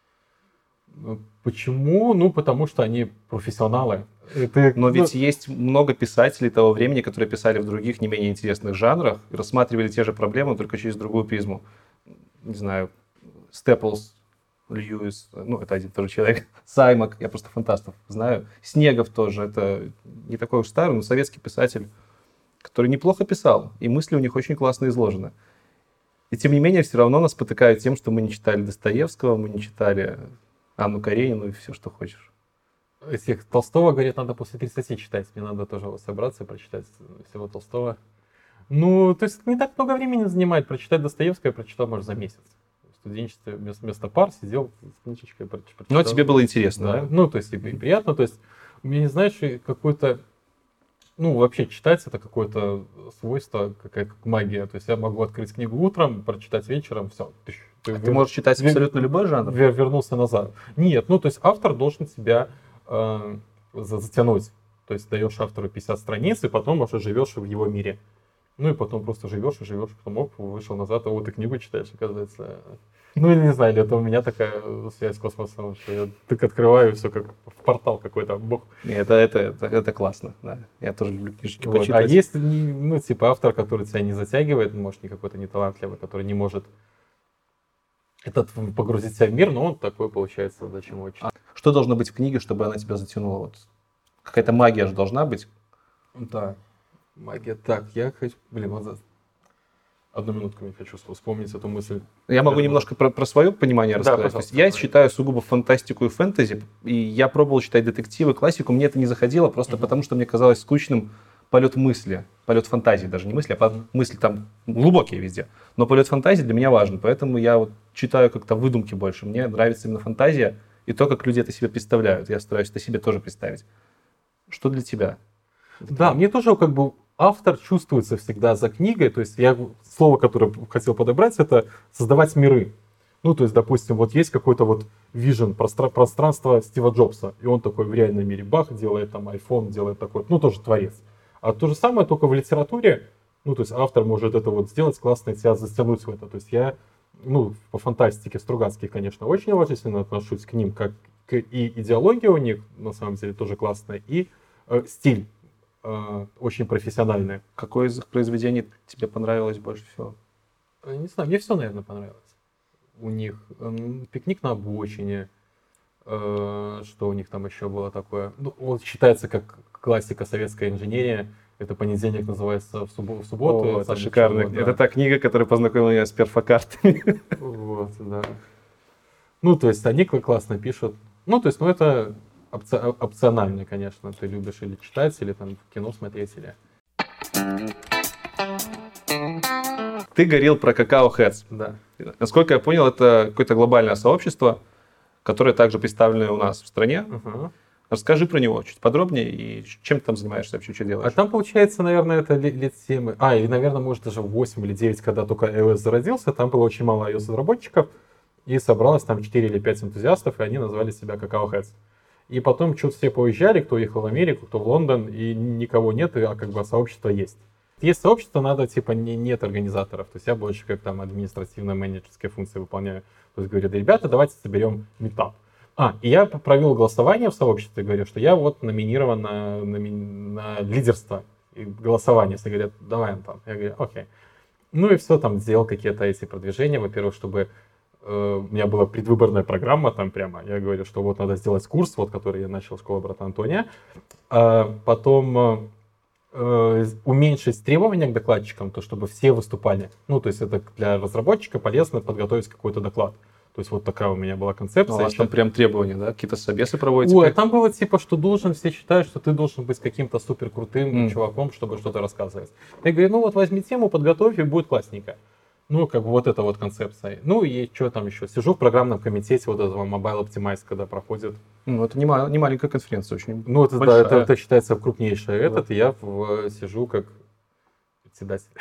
Почему? Ну, потому что они профессионалы. Это, Но ну... ведь есть много писателей того времени, которые писали в других не менее интересных жанрах и рассматривали те же проблемы, только через другую призму. Не знаю, Степлс, Льюис, ну, это один тоже человек, Саймак, я просто фантастов знаю. Снегов тоже, это не такой уж старый, но советский писатель, который неплохо писал, и мысли у них очень классно изложены. И тем не менее, все равно нас потыкают тем, что мы не читали Достоевского, мы не читали Анну Каренину и все, что хочешь. Этих Толстого, говорят, надо после тридцати читать. Мне надо тоже собраться и прочитать всего Толстого. Ну, то есть не так много времени занимает. Прочитать Достоевского я прочитал, может, за месяц. В студенчестве вместо, вместо пар сидел с книжечкой, прочитал. Но тебе было интересно, да? да? Ну, то есть и приятно. То есть у меня, не знаешь, какой-то... Ну, вообще читать это какое-то свойство, какая-то магия. То есть я могу открыть книгу утром, прочитать вечером, все. Ты, ты, а вер... ты можешь читать абсолютно любой жанр? Вер... Вернулся назад. Нет, ну, то есть автор должен себя э, затянуть. То есть даешь автору пятьдесят страниц, и потом уже живешь в его мире. Ну, и потом просто живешь и живешь, потом оп, вышел назад, а вот и книгу читаешь, оказывается. Ну, или не знаю, или это у меня такая связь с космосом, что я так открываю, все как в портал какой-то, бог. Это, это, это, это классно, да. Я тоже люблю книжки вот. почитать. А есть, ну, типа автор, который тебя не затягивает, может, не какой-то неталантливый, который не может этот погрузить себя в мир, но он такой, получается, зачем очень. А что должно быть в книге, чтобы она тебя затянула? Вот. Какая-то магия же должна быть. Да, магия. Так, я хочу... Блин, вот... Одну минутку я хочу вспомнить эту мысль. Я могу немножко про, про свое понимание да, рассказать. То есть я читаю сугубо фантастику и фэнтези, и я пробовал читать детективы, классику, мне это не заходило просто uh-huh. потому, что мне казалось скучным полет мысли, полет фантазии, даже не мысли, а uh-huh. мысли там глубокие везде. Но полет фантазии для меня важен, поэтому я вот читаю как-то выдумки больше. Мне нравится именно фантазия и то, как люди это себе представляют. Я стараюсь это себе тоже представить. Что для тебя? Да, мне тоже как бы автор чувствуется всегда за книгой, то есть я слово, которое хотел подобрать, это создавать миры. Ну, то есть, допустим, вот есть какой-то вот вижен, простра- пространство Стива Джобса, и он такой в реальном мире бах, делает там iPhone, делает такой, ну, тоже творец. А то же самое, только в литературе, ну, то есть автор может это вот сделать классно и тебя затянуть в это. То есть я, ну, по фантастике Стругацких, конечно, очень уважительно отношусь к ним, как к, и идеология у них, на самом деле, тоже классная, и э, стиль. Очень профессиональные. Какое из их произведений тебе понравилось больше всего? Не знаю, мне все, наверное, понравилось. У них «Пикник на обочине», что у них там еще было такое. Ну, вот считается как классика советской инженерии. Это «Понедельник» называется в, суббо- в субботу. О, это шикарно. Да. Это та книга, которая познакомила меня с перфокартами. Вот, да. Ну, то есть они классно пишут. Ну, то есть, ну, это... Опци- опционально, конечно, ты любишь или читать, или там кино смотреть, или... Ты говорил про Какао Heads. Да. Насколько я понял, это какое-то глобальное сообщество, которое также представлено у нас в стране. Uh-huh. Расскажи про него чуть подробнее и чем ты там занимаешься вообще, что делаешь? А там, получается, наверное, это лет семь, а, или, наверное, может, даже восемь или девять, когда только iOS зародился, там было очень мало iOS-разработчиков, и собралось там четыре или пять энтузиастов, и они назвали себя Какао Heads. И потом что-то все поуезжали, кто уехал в Америку, кто в Лондон, и никого нет, а как бы сообщество есть. Есть сообщество, надо, типа, не, нет организаторов. То есть я больше как там административно-менеджерские функции выполняю. То есть говорю, да, ребята, давайте соберем митап. А, и я провел голосование в сообществе, говорю, что я вот номинирован на, на, на лидерство и голосование. Все говорят, давай, Антон. Я говорю, окей. Ну и все, там сделал какие-то эти продвижения. Во-первых, чтобы у меня была предвыборная программа там прямо. Я говорю, что вот надо сделать курс, вот который я начал, школа брата Антония. А потом э, уменьшить требования к докладчикам, то чтобы все выступали. Ну, то есть это для разработчика полезно подготовить какой-то доклад. То есть вот такая у меня была концепция. Ну, у вас там прям требования, да? Какие-то собесы проводите? Ой, там было типа, что должен, все считают, что ты должен быть каким-то супер крутым Mm. чуваком, чтобы что-то рассказывать. Я говорю, ну вот возьми тему, подготовь, и будет классненько. Ну, как бы вот эта вот концепция. Ну, и что там еще? Сижу в программном комитете вот этого Mobile Optimize, когда проходит. Ну, это не, ма- не маленькая конференция, очень Ну, это, да, большая. это, это считается крупнейший этот, и я в, сижу как председатель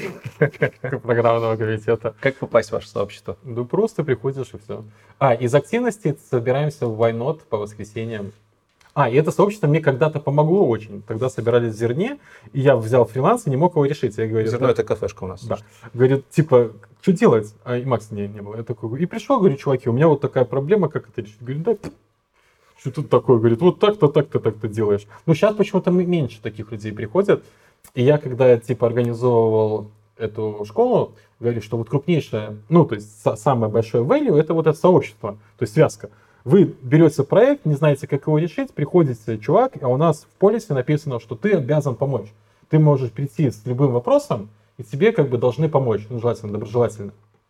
программного комитета. Как попасть в ваше сообщество? Ну, просто приходишь и все. А, из активности собираемся в Why Not по воскресеньям. А, и это сообщество мне когда-то помогло очень. Тогда собирались в Зерне, и я взял фриланс и не мог его решить. Я говорю, Зерно да, это кафешка у нас. да. Говорит, типа, что делать? А и Макса не, не было. Я такой, и пришел, говорю, чуваки, у меня вот такая проблема, как это решить? Говорю, да, что тут такое? Говорит, вот так-то, так-то, так-то делаешь. Но сейчас почему-то меньше таких людей приходят. И я, когда, типа, организовывал эту школу, говорю, что вот крупнейшее, ну, то есть самое большое value, это вот это сообщество, то есть связка. Вы берете проект, не знаете, как его решить, приходите, чувак, а у нас в полисе написано, что ты обязан помочь. Ты можешь прийти с любым вопросом, и тебе как бы должны помочь, ну, желательно, доброжелательно.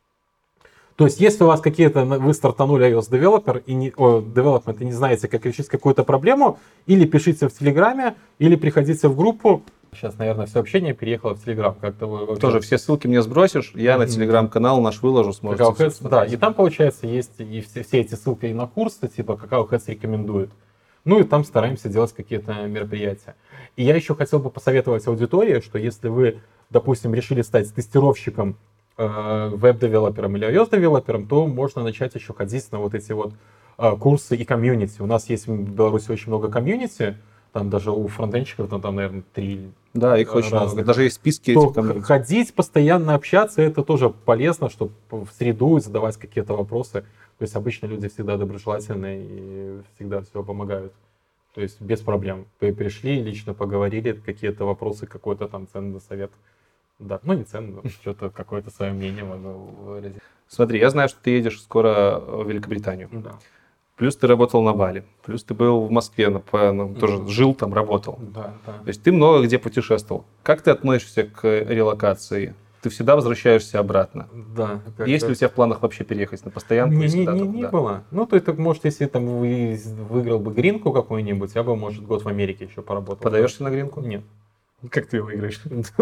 То есть, если у вас какие-то, вы стартанули iOS developer и не, о, development и не знаете, как решить какую-то проблему, или пишите в Телеграме, или приходите в группу, Сейчас, наверное, все общение переехало в Telegram. Как-то вы вообще... Тоже все ссылки мне сбросишь, я на Telegram-канал наш выложу, сможете. Какао Heads, да, и там, получается, есть и все, все эти ссылки и на курсы, типа Какао Heads рекомендует. Ну и там стараемся делать какие-то мероприятия. И я еще хотел бы посоветовать аудитории, что если вы, допустим, решили стать тестировщиком, э, веб-девелопером или iOS-девелопером, то можно начать еще ходить на вот эти вот э, курсы и комьюнити. У нас есть в Беларуси очень много комьюнити, там даже у фронтенщиков, там, там наверное, три. Да, их очень разных. много. Даже есть списки То этих комьюнити. Ходить, постоянно общаться, это тоже полезно, чтобы в среду задавать какие-то вопросы. То есть обычно люди всегда доброжелательные и всегда все помогают. То есть без проблем. Вы пришли, лично поговорили, какие-то вопросы, какой-то там ценный совет. Да, ну не ценный, что-то какое-то свое мнение могу выразить. Смотри, я знаю, что ты едешь скоро в Великобританию. Да. Плюс ты работал на Бали, плюс ты был в Москве, ну, тоже Mm-hmm. жил там, работал. Да, да. То есть ты много где путешествовал. Как ты относишься к релокации? Ты всегда возвращаешься обратно? Да. Есть ли у тебя в планах вообще переехать на постоянку? Не, если не, да, не, то не куда? было. Ну, то есть, может, если там вы выиграл бы гринку какую-нибудь, я бы, может, год в Америке еще поработал. Подаешься на гринку? Нет. Как ты его выиграешь?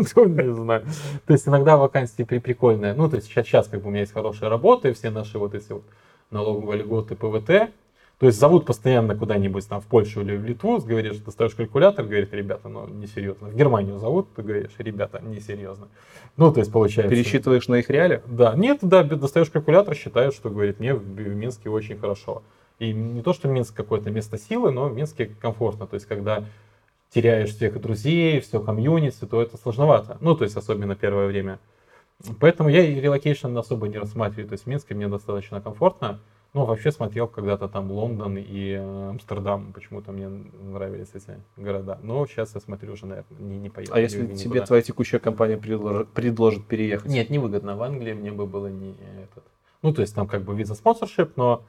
Не знаю. То есть иногда вакансии прикольные. Ну, то есть сейчас, сейчас как бы у меня есть хорошая работа, и все наши вот эти вот налоговые льготы, ПВТ. То есть зовут постоянно куда-нибудь там в Польшу или в Литву, говоришь, достаешь калькулятор, говорит, ребята, ну, несерьезно. В Германию зовут, ты говоришь, ребята, несерьезно. Ну, то есть получается... Пересчитываешь на их реале? Да, нет, да, достаешь калькулятор, считаешь, что, говорит, мне в, в Минске очень хорошо. И не то, что Минск какое-то место силы, но в Минске комфортно. То есть когда теряешь всех друзей, все комьюнити, то это сложновато. Ну, то есть особенно первое время. Поэтому я и релокейшн особо не рассматриваю. То есть в Минске мне достаточно комфортно. Ну, вообще смотрел когда-то там Лондон и э, Амстердам. Почему-то мне нравились эти города. Но сейчас я смотрю уже, наверное, не, не поеду. А если никуда. тебе твоя текущая компания предложит, предложит переехать? Нет, невыгодно. В Англии мне бы было не этот. Ну, то есть там как бы виза спонсоршип, но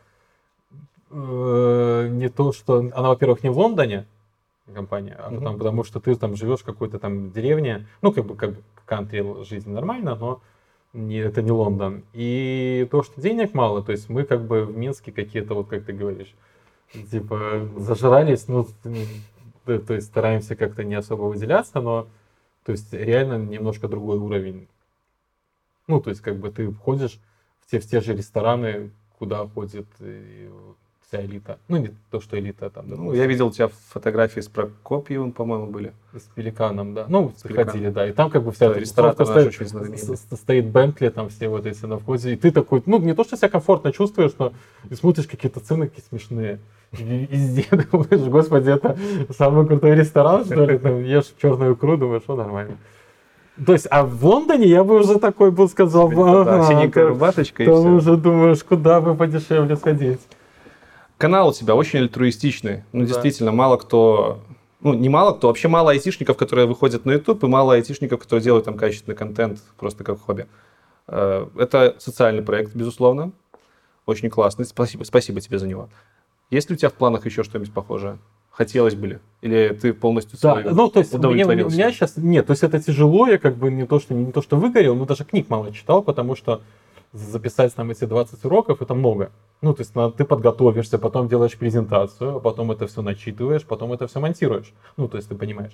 э, не то, что... Она, во-первых, не в Лондоне, компания, а потому, mm-hmm. потому что ты там живешь в какой-то там деревне. Ну, как бы, как бы кантри жизнь нормально, но не, это не Лондон. И то, что денег мало, то есть мы как бы в Минске какие-то, вот как ты говоришь, типа зажрались, ну, то, то есть стараемся как-то не особо выделяться, но то есть реально немножко другой уровень. Ну, то есть как бы ты входишь в те, в те же рестораны, куда ходит вся элита. Ну, не то, что элита там. Ну, я видел у тебя фотографии с Прокопьевым, по-моему, были. С Пеликаном, да. Ну, Пеликаном. Ходили, да. И там как бы вся... Да, ресторатор наш очень знаменитый. Стоит Бентли, там все вот эти на входе. И ты такой, ну, не то, что себя комфортно чувствуешь, но и смотришь какие-то цены какие смешные. И везде думаешь, господи, это самый крутой ресторан, что ли? Там ешь черную икру, думаешь, что нормально. То есть, а в Лондоне я бы уже такой был сказал, ага, синенькая рубашечка и там все. уже думаешь, куда бы подешевле сходить. Канал у тебя очень альтруистичный. Ну, да. Действительно, мало кто... Ну, не мало кто, вообще мало айтишников, которые выходят на YouTube, и мало айтишников, которые делают там качественный контент просто как хобби. Это социальный проект, безусловно. Очень классный. Спасибо, спасибо тебе за него. Есть ли у тебя в планах еще что-нибудь похожее? Хотелось бы ли? Или ты полностью да, свою ну, то есть у меня, у удовлетворился? меня сейчас... Нет, то есть это тяжело, я как бы не то, что, не то, что выгорел, но даже книг мало читал, потому что записать там эти двадцать уроков, это много. Ну, то есть ты подготовишься, потом делаешь презентацию, потом это все начитываешь, потом это все монтируешь. Ну, то есть ты понимаешь.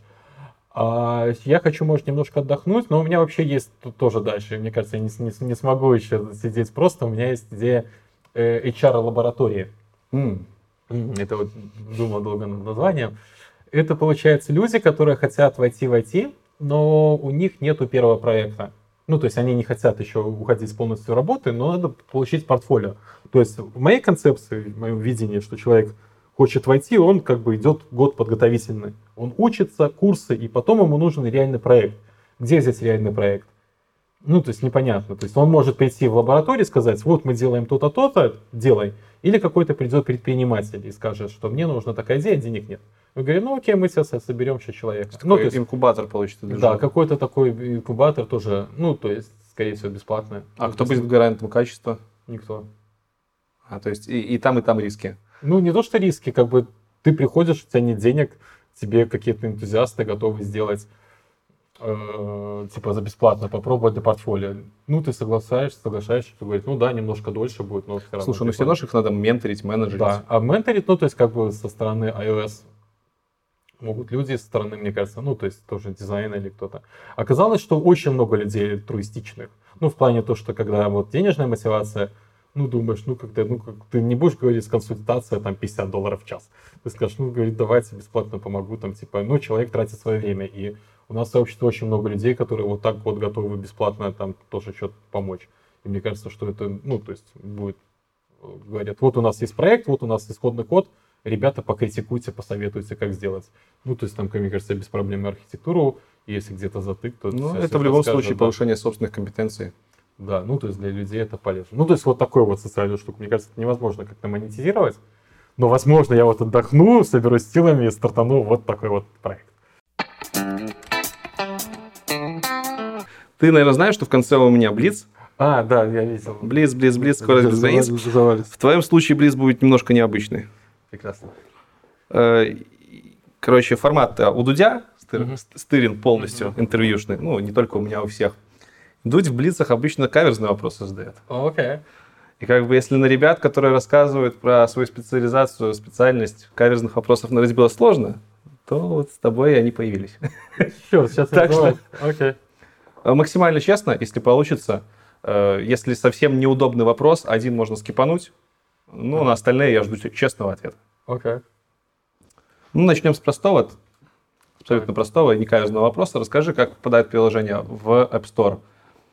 А я хочу, может, немножко отдохнуть, но у меня вообще есть тут тоже дальше. Мне кажется, я не, не, не смогу еще сидеть просто. У меня есть идея э, эйч ар-лаборатории. Mm. Это вот думал долго над названием. Это, получается, люди, которые хотят войти в ай ти, но у них нету первого проекта. Ну, то есть они не хотят еще уходить полностью работы, но надо получить портфолио. То есть в моей концепции, в моем видении, что человек хочет войти, он как бы идет год подготовительный. Он учится, курсы, и потом ему нужен реальный проект. Где взять реальный проект? Ну, то есть непонятно. То есть он может прийти в лабораторию и сказать, вот мы делаем то-то, то-то, делай. Или какой-то придет предприниматель и скажет, что мне нужна такая идея, денег нет. Мы говорим, ну окей, мы сейчас соберем еще человека. Ну, то есть инкубатор получится. Да, какой-то такой инкубатор тоже, ну, то есть, скорее всего, бесплатный. А ну, кто есть, будет гарантом качества? Никто. А, то есть и, и там, и там риски? Ну, не то, что риски, как бы ты приходишь, у тебя нет денег, тебе какие-то энтузиасты готовы сделать, э, типа, за бесплатно, попробовать для портфолио. Ну, ты соглашаешься, соглашаешься, ты говоришь, ну да, немножко дольше будет, но все равно. Слушай, ну все равно их надо менторить, менеджерить. Да, а менторить, ну, то есть, как бы со стороны iOS могут люди со стороны, мне кажется, ну, то есть тоже дизайна или кто-то. Оказалось, что очень много людей альтруистичных. Ну, в плане то, что когда вот денежная мотивация, ну, думаешь, ну, когда, ну, как, ты не будешь говорить, консультация, там, пятьдесят долларов в час. Ты скажешь, ну, говорит, давайте бесплатно помогу, там, типа, ну, человек тратит свое время. И у нас в сообществе очень много людей, которые вот так вот готовы бесплатно там тоже что-то помочь. И мне кажется, что это, ну, то есть будет, говорят, вот у нас есть проект, вот у нас исходный код, ребята, покритикуйте, посоветуйте, как сделать. Ну, то есть там, мне кажется, без проблем архитектуру, если где-то затык, то... Ну, это в любом случае повышение собственных компетенций. Да, ну, то есть для людей это полезно. Ну, то есть вот такую вот социальную штуку, мне кажется, это невозможно как-то монетизировать, но, возможно, я вот отдохну, соберусь силами и стартану вот такой вот проект. Ты, наверное, знаешь, что в конце у меня блиц. А, да, я видел. Блиц, блиц, блиц, скорость безграниц. В твоем случае блиц будет немножко необычный. Прекрасно. Короче, формат у Дудя, Мгм. Стырин полностью Мгм. интервьюшный, ну, не только у меня, у всех. Дудь в блицах обычно каверзные вопросы задает. Окей. И как бы если на ребят, которые рассказывают про свою специализацию, специальность, каверзных вопросов наразить было сложно, то вот с тобой они появились. Черт, сейчас Так что- Окей. Максимально честно, если получится, э, если совсем неудобный вопрос, один можно скипануть, ну, Ага. на остальные я жду честного ответа. Окей. Ну, начнем с простого, абсолютно Так. простого, не каверзного вопроса. Расскажи, как попадает приложение в App Store.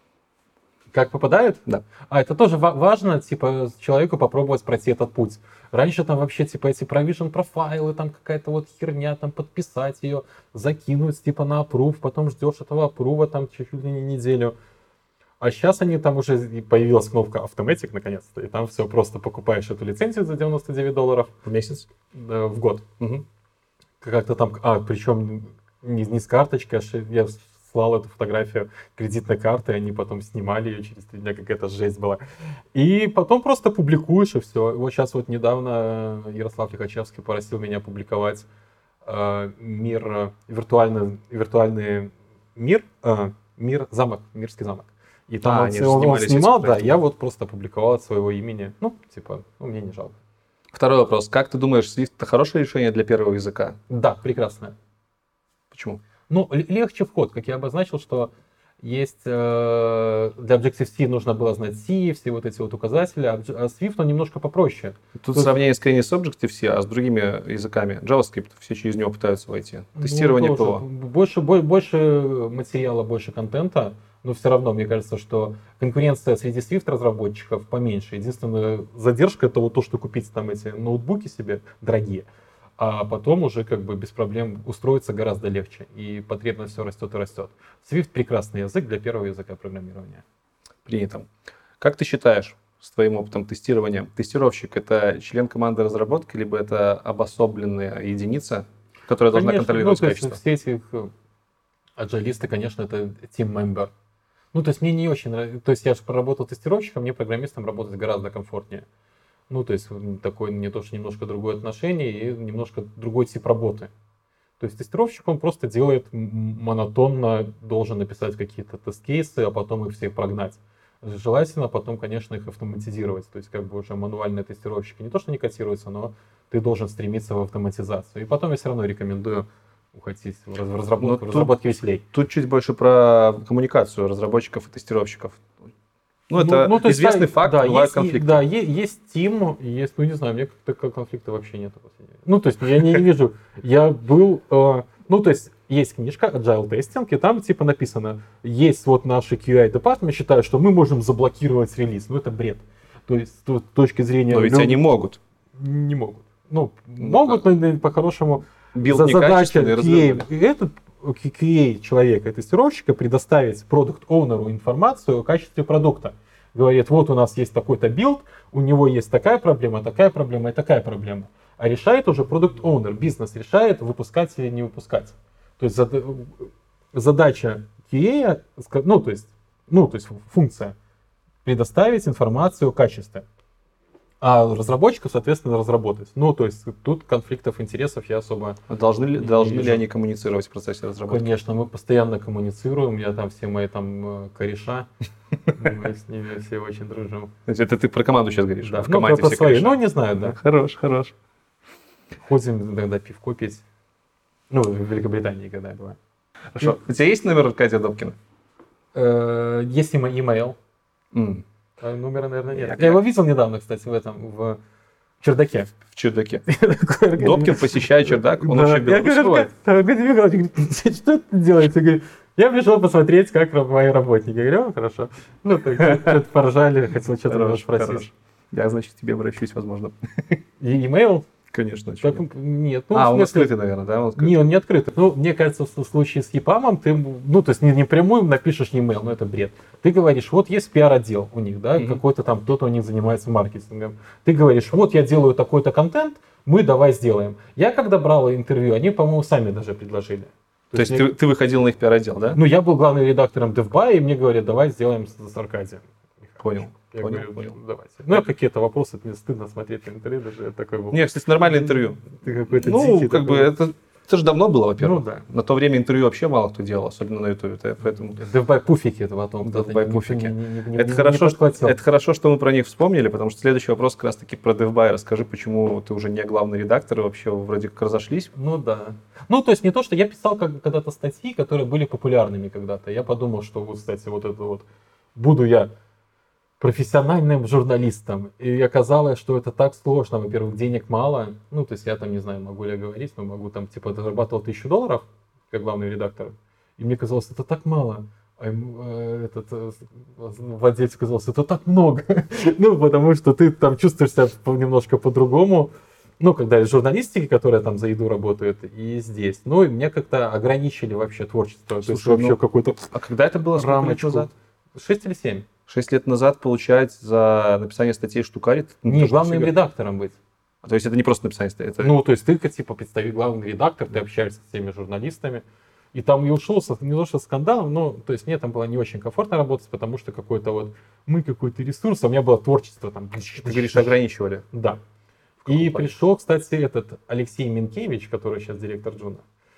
Как попадают? Да. А, это тоже ва- важно, типа, человеку попробовать пройти этот путь. Раньше там вообще, типа, эти provision профайлы, там какая-то вот херня, там подписать ее, закинуть, типа, на approve, потом ждешь этого аппрува, там, чуть ли не неделю. А сейчас они там уже, и появилась кнопка Automatic, наконец-то, и там все, просто покупаешь эту лицензию за девяносто девять долларов В месяц? э, в год. Мгм. Как-то там, а, причем не, не с карточкой, а ши- я слал эту фотографию кредитной карты, они потом снимали ее через три дня, какая-то жесть была. И потом просто публикуешь, и все. Вот сейчас вот недавно Ярослав Лихачевский просил меня публиковать э, мир, э, виртуальный, виртуальный мир, э, мир, замок, мирский замок. И там А, он, они с- же он- он снимались этим снимал, да, проектом. я вот просто опубликовал от своего имени. Ну, типа, ну, мне не жалко. Второй вопрос. Как ты думаешь, Swift это хорошее решение для первого языка? Да, прекрасно. Почему? Ну, л- легче вход, как я обозначил, что есть э, для Objective-C нужно было знать C, все вот эти вот указатели, а Obj- а Swift он немножко попроще. Тут Тут- сравнение скорее не с Objective-C, а с другими языками. JavaScript, все через него пытаются войти. Тестирование Ну, тоже. ПО. Больше, бо- больше материала, больше контента, но все равно, мне кажется, что конкуренция среди Swift разработчиков поменьше. Единственная задержка это вот то, что купить там эти ноутбуки себе дорогие, а потом уже как бы без проблем устроиться гораздо легче, и потребность все растет и растет. Swift прекрасный язык для первого языка программирования. Принято. Как ты считаешь, с твоим опытом тестирования, тестировщик это член команды разработки, либо это обособленная единица, которая должна Конечно, контролировать ну, то есть качество? все эти э, аджалисты, конечно, это team member. Ну, то есть мне не очень нравится. То есть я же проработал тестировщиком, мне программистом работать гораздо комфортнее. Ну, то есть м, такое не то, что немножко другое отношение и немножко другой тип работы. То есть тестировщик, он просто делает м- монотонно, должен написать какие-то тест-кейсы, а потом их всех прогнать. Желательно потом, конечно, их автоматизировать. То есть как бы уже мануальные тестировщики не то, что не котируются, но ты должен стремиться в автоматизацию. И потом я все равно рекомендую уходить в раз- в разработку. Ну, В тут- разработке веселей. Тут чуть больше про коммуникацию разработчиков и тестировщиков. Ну, это то есть, известный да, факт, да, бывают есть, конфликты. Да, е- есть Team, есть, ну не знаю, мне как-то конфликта вообще нет. Ну, то есть я не вижу. Я был, э, ну, то есть есть книжка Agile Testing, и там типа написано, есть вот наши кью ай департамент считают, что мы можем заблокировать релиз. Ну, это бред. То есть с то- точки зрения... Но ведь лю- они могут. Не могут. Ну, Ну, могут, но не- по-хорошему... Билд За- задача некачественный, кью эй, развернули. этот кью эй человека, тестировщика, предоставить продукт-оунеру информацию о качестве продукта. Говорит, вот у нас есть такой-то билд, у него есть такая проблема, такая проблема и такая проблема. А решает уже продукт-оунер, бизнес решает, выпускать или не выпускать. То есть зада- задача кью эй, ска- ну то есть, ну, то есть функция, предоставить информацию о качестве. А разработчиков, соответственно, разработать. Ну, то есть тут конфликтов интересов я особо... Должны ли, Не должны ли вижу. они коммуницировать в процессе разработки? Конечно, мы постоянно коммуницируем, я там все мои там э, кореша, мы с ними все очень дружим. То есть это ты про команду сейчас говоришь? Да, В ну, команде про все свои, кореша. ну, не знаю, да. Хорош, хорош. Ходим иногда пивко пить. Ну, в Великобритании, когда я была. Хорошо. У тебя есть номер Аркадия Добкина? Э, Есть ема- имейл. М, А номера, наверное, нет. Я- Я его видел недавно, кстати, в этом, в чердаке. В чердаке. Я такой, Аркадий, Добкин посещает чердак, он да, вообще в я Беларуси говорю, бывает. «Аркадий Аркадий Михайлович, говорит, что это делаете? Я говорю, я пришел посмотреть, как раб- мои работники. Я говорю, «О, хорошо». Ну, так, что-то поржали, хотел что-то Хорош, спросить. хорош. Я, значит, к тебе обращусь, возможно. И имейл? Конечно. Так, чё нет. нет. Ну, А, в он смысле, открытый, наверное, да? Он открытый. не, он не открытый. Ну, мне кажется, в случае с ЕПАМом ты, ну, то есть не, не прямую напишешь e-mail, ну, это бред. Ты говоришь, вот есть пиар-отдел у них, да, Мгм. какой-то там, кто-то у них занимается маркетингом. Ты говоришь, вот я делаю такой-то контент, мы давай сделаем. Я когда брал интервью, они, по-моему, сами даже предложили. То есть мне- ты, ты выходил на их пиар-отдел, да? Ну, я был главным редактором DevBuy, и мне говорят, давай сделаем с, с Аркадием. Понял, Я понял, говорю, понял. давайте. Ну, а какие-то вопросы, мне стыдно смотреть на интервью, даже я такой был. Не, кстати, нормальное интервью. Ты какой-то Ну, дикий как бы такой. это, это же давно было, во-первых. Ну, да. На то время интервью вообще мало кто делал, особенно на Ютубе. Поэтому DevBuy пуфики это потом. DevBuy кто-то не- пуфики. не- не- не- это, не хорошо, что, подхватил. это хорошо, что мы про них вспомнили, потому что следующий вопрос как раз-таки про DevBuy. Расскажи, почему ты уже не главный редактор и вообще вроде как разошлись. Ну да. Ну, то есть не то, что я писал как, когда-то статьи, которые были популярными когда-то. Я подумал, что вот, кстати, вот это вот буду я профессиональным журналистом. И оказалось, что это так сложно. Во-первых, денег мало. Ну, то есть я там, не знаю, могу ли я говорить, но могу там, типа, зарабатывал тысячу долларов как главный редактор. И мне казалось, это так мало. А ему, э, этот э, владелец казалось, это так много. Ну, потому что ты там чувствуешь себя по- немножко по-другому. Ну, когда из журналистики, которая там за еду работает, и здесь. Ну, и меня как-то ограничили вообще творчество. То есть Слушай, вообще ну, какой-то А когда это было? Сколько лет рамочку. назад? Шесть или семь? Шесть лет назад, получается, за написание статей штукарит? Ну, Не, то, что главным себе- редактором быть. А, то есть это не просто написание статей, это... Ну, то есть ты, как, типа, представитель, главный редактор, ты общаешься с всеми журналистами. И там я ушел со, не то что скандалом, но, то есть мне там было не очень комфортно работать, потому что какой-то вот, мы какой-то ресурс, а у меня было творчество там. Ты говоришь, ограничивали. Да. каком И плане? пришел, кстати, этот Алексей Минкевич, который сейчас директор Джуна.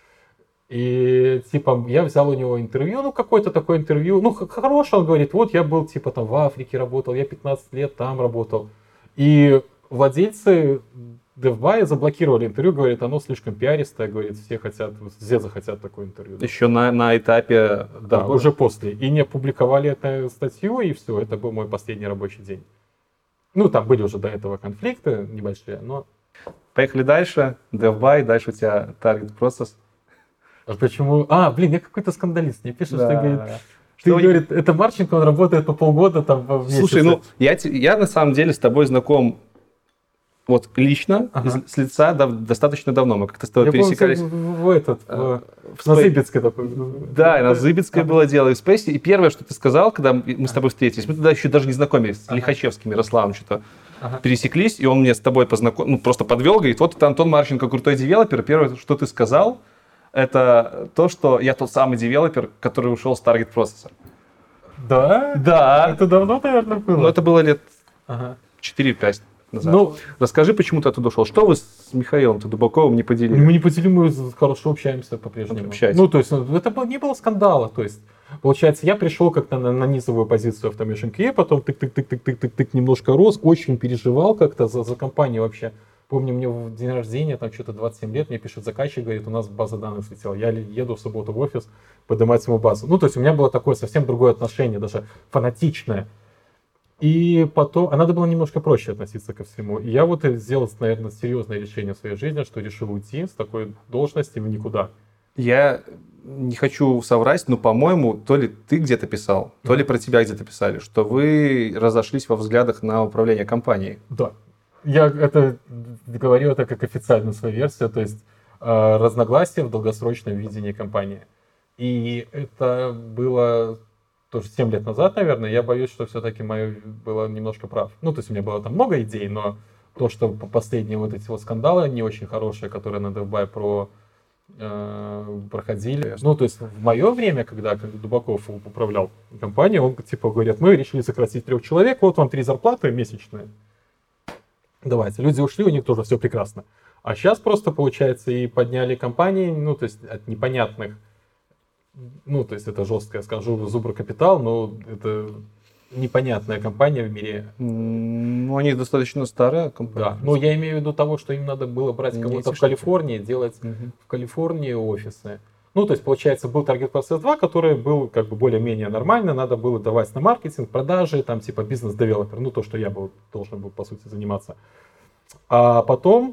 И, типа, я взял у него интервью, ну, какое-то такое интервью, ну, х- хорошее, он говорит, вот я был, типа, там, в Африке работал, я пятнадцать лет там работал. И владельцы DevBuy заблокировали интервью, говорит, оно слишком пиаристое, говорит, все хотят, все захотят такое интервью. Еще на, на этапе... Да, отбора? уже после. И не опубликовали эту статью, и все, это был мой последний рабочий день. Ну, там были уже до этого конфликты небольшие, но... Поехали дальше. DevBuy, дальше у тебя Target Process. А почему? А, блин, я какой-то скандалист. Мне пишут, что Да. говорит, ты, Что вы- говорит, это Марченко, он работает по полгода там в месяц. Слушай, ну, я, те- я на самом деле с тобой знаком вот лично, Ага. из- с лица дав- достаточно давно. Мы как-то с тобой я помню, пересекались. в, в- в этот, э, в, в на Спей- Зыбецкой такой. Да, и на Зыбецкой Ага. было дело, и в Спейсе. И первое, что ты сказал, когда мы с тобой встретились, мы тогда еще даже не знакомились, с Ага. Лихачевским Ярославом что-то Ага. пересеклись, и он мне с тобой познакомил, ну, просто подвел, говорит, вот это Антон Марченко, крутой девелопер. Первое, что ты сказал, это то, что я тот самый девелопер, который ушел с Target Process. Да? Да. Это давно, наверное, было? Ну, это было лет Ага. четыре-пять назад. Ну, Расскажи, почему ты оттуда ушел. Что вы с Михаилом Дубаковым не поделили? мы не поделили, мы хорошо общаемся по-прежнему. Общаетесь. Ну, то есть, ну, это было- не было скандала. То есть, получается, я пришел как-то на, на низовую позицию Automation кей, потом тык-тык-тык-тык-тык-тык немножко рос, очень переживал как-то за, за компанию вообще. Помню, мне в день рождения, там что-то двадцать семь лет, мне пишет заказчик, говорит, у нас база данных слетела. Я ли- еду в субботу в офис поднимать ему базу. Ну, то есть у меня было такое совсем другое отношение, даже фанатичное. И потом, а надо было немножко проще относиться ко всему. И я вот и сделал, наверное, серьезное решение в своей жизни, что решил уйти с такой должности в никуда. Я не хочу соврать, но, по-моему, то ли ты где-то писал, то ли про тебя где-то писали, что вы разошлись во взглядах на управление компанией. Да. Я это говорю это как официальную свою версию, то есть э, разногласия в долгосрочном видении компании. И это было тоже семь лет назад, наверное. Я боюсь, что все-таки мое было немножко прав. Ну, то есть у меня было там много идей, но то, что по- последние вот эти вот скандалы не очень хорошие, которые на DevBuy про э, проходили. Ясно. Ну, то есть в мое время, когда как Дубаков управлял компанией, он типа говорит, мы решили сократить трех человек, вот вам три зарплаты месячные. Давайте. Люди ушли, у них тоже все прекрасно. А сейчас просто, получается, и подняли компании, ну, то есть от непонятных, ну, то есть это жестко, я скажу, зубр капитал, но это непонятная компания в мире. Ну, они достаточно старая компания. Да, но я имею в виду того, что им надо было брать Не кого-то эти в Калифорнии, делать Угу. в Калифорнии офисы. Ну, то есть, получается, был Target Process два, который был как бы более-менее нормально, надо было давать на маркетинг, продажи, там типа бизнес-девелопер, ну, то, что я был, должен был, по сути, заниматься. А потом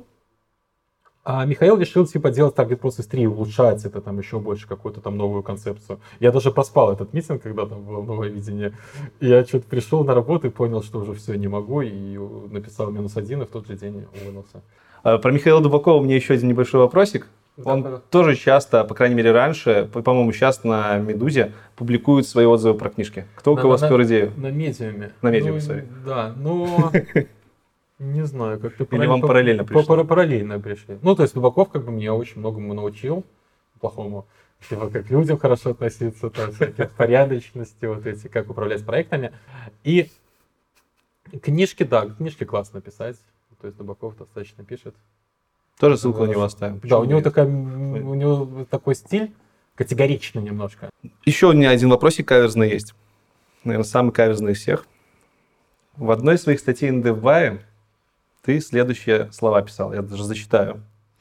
а Михаил решил типа делать Target Process три, улучшать это там еще больше, какую-то там новую концепцию. Я даже проспал этот митинг, когда там было новое видение. И я что-то пришел на работу и понял, что уже все, не могу, и написал минус один, и в тот же день уволился. А, про Михаила Дубакова у меня еще один небольшой вопросик. Он Да. тоже часто, по крайней мере раньше, по- по-моему, сейчас на «Медузе» публикует свои отзывы про книжки. Кто у На- кого на- спер идею? На медиуме. На медиуме, Ну, sorry. Да, но не знаю, как ты Или вам по- параллельно по- пришло? пара- Параллельно пришли. Ну, то есть Дубаков как бы меня очень многому научил, плохому. Типа, как к людям хорошо относиться, там, всякие порядочности, вот эти, как управлять проектами. И книжки, да, книжки классно писать. То есть Дубаков достаточно пишет. Тоже ссылку на него оставим. Да, Почему у него, нет? такая, у него такой стиль категоричный немножко. Еще у меня один вопросик каверзный есть. Наверное, самый каверзный из всех. В одной из своих статей на DevBuy ты следующие слова писал, я даже зачитаю.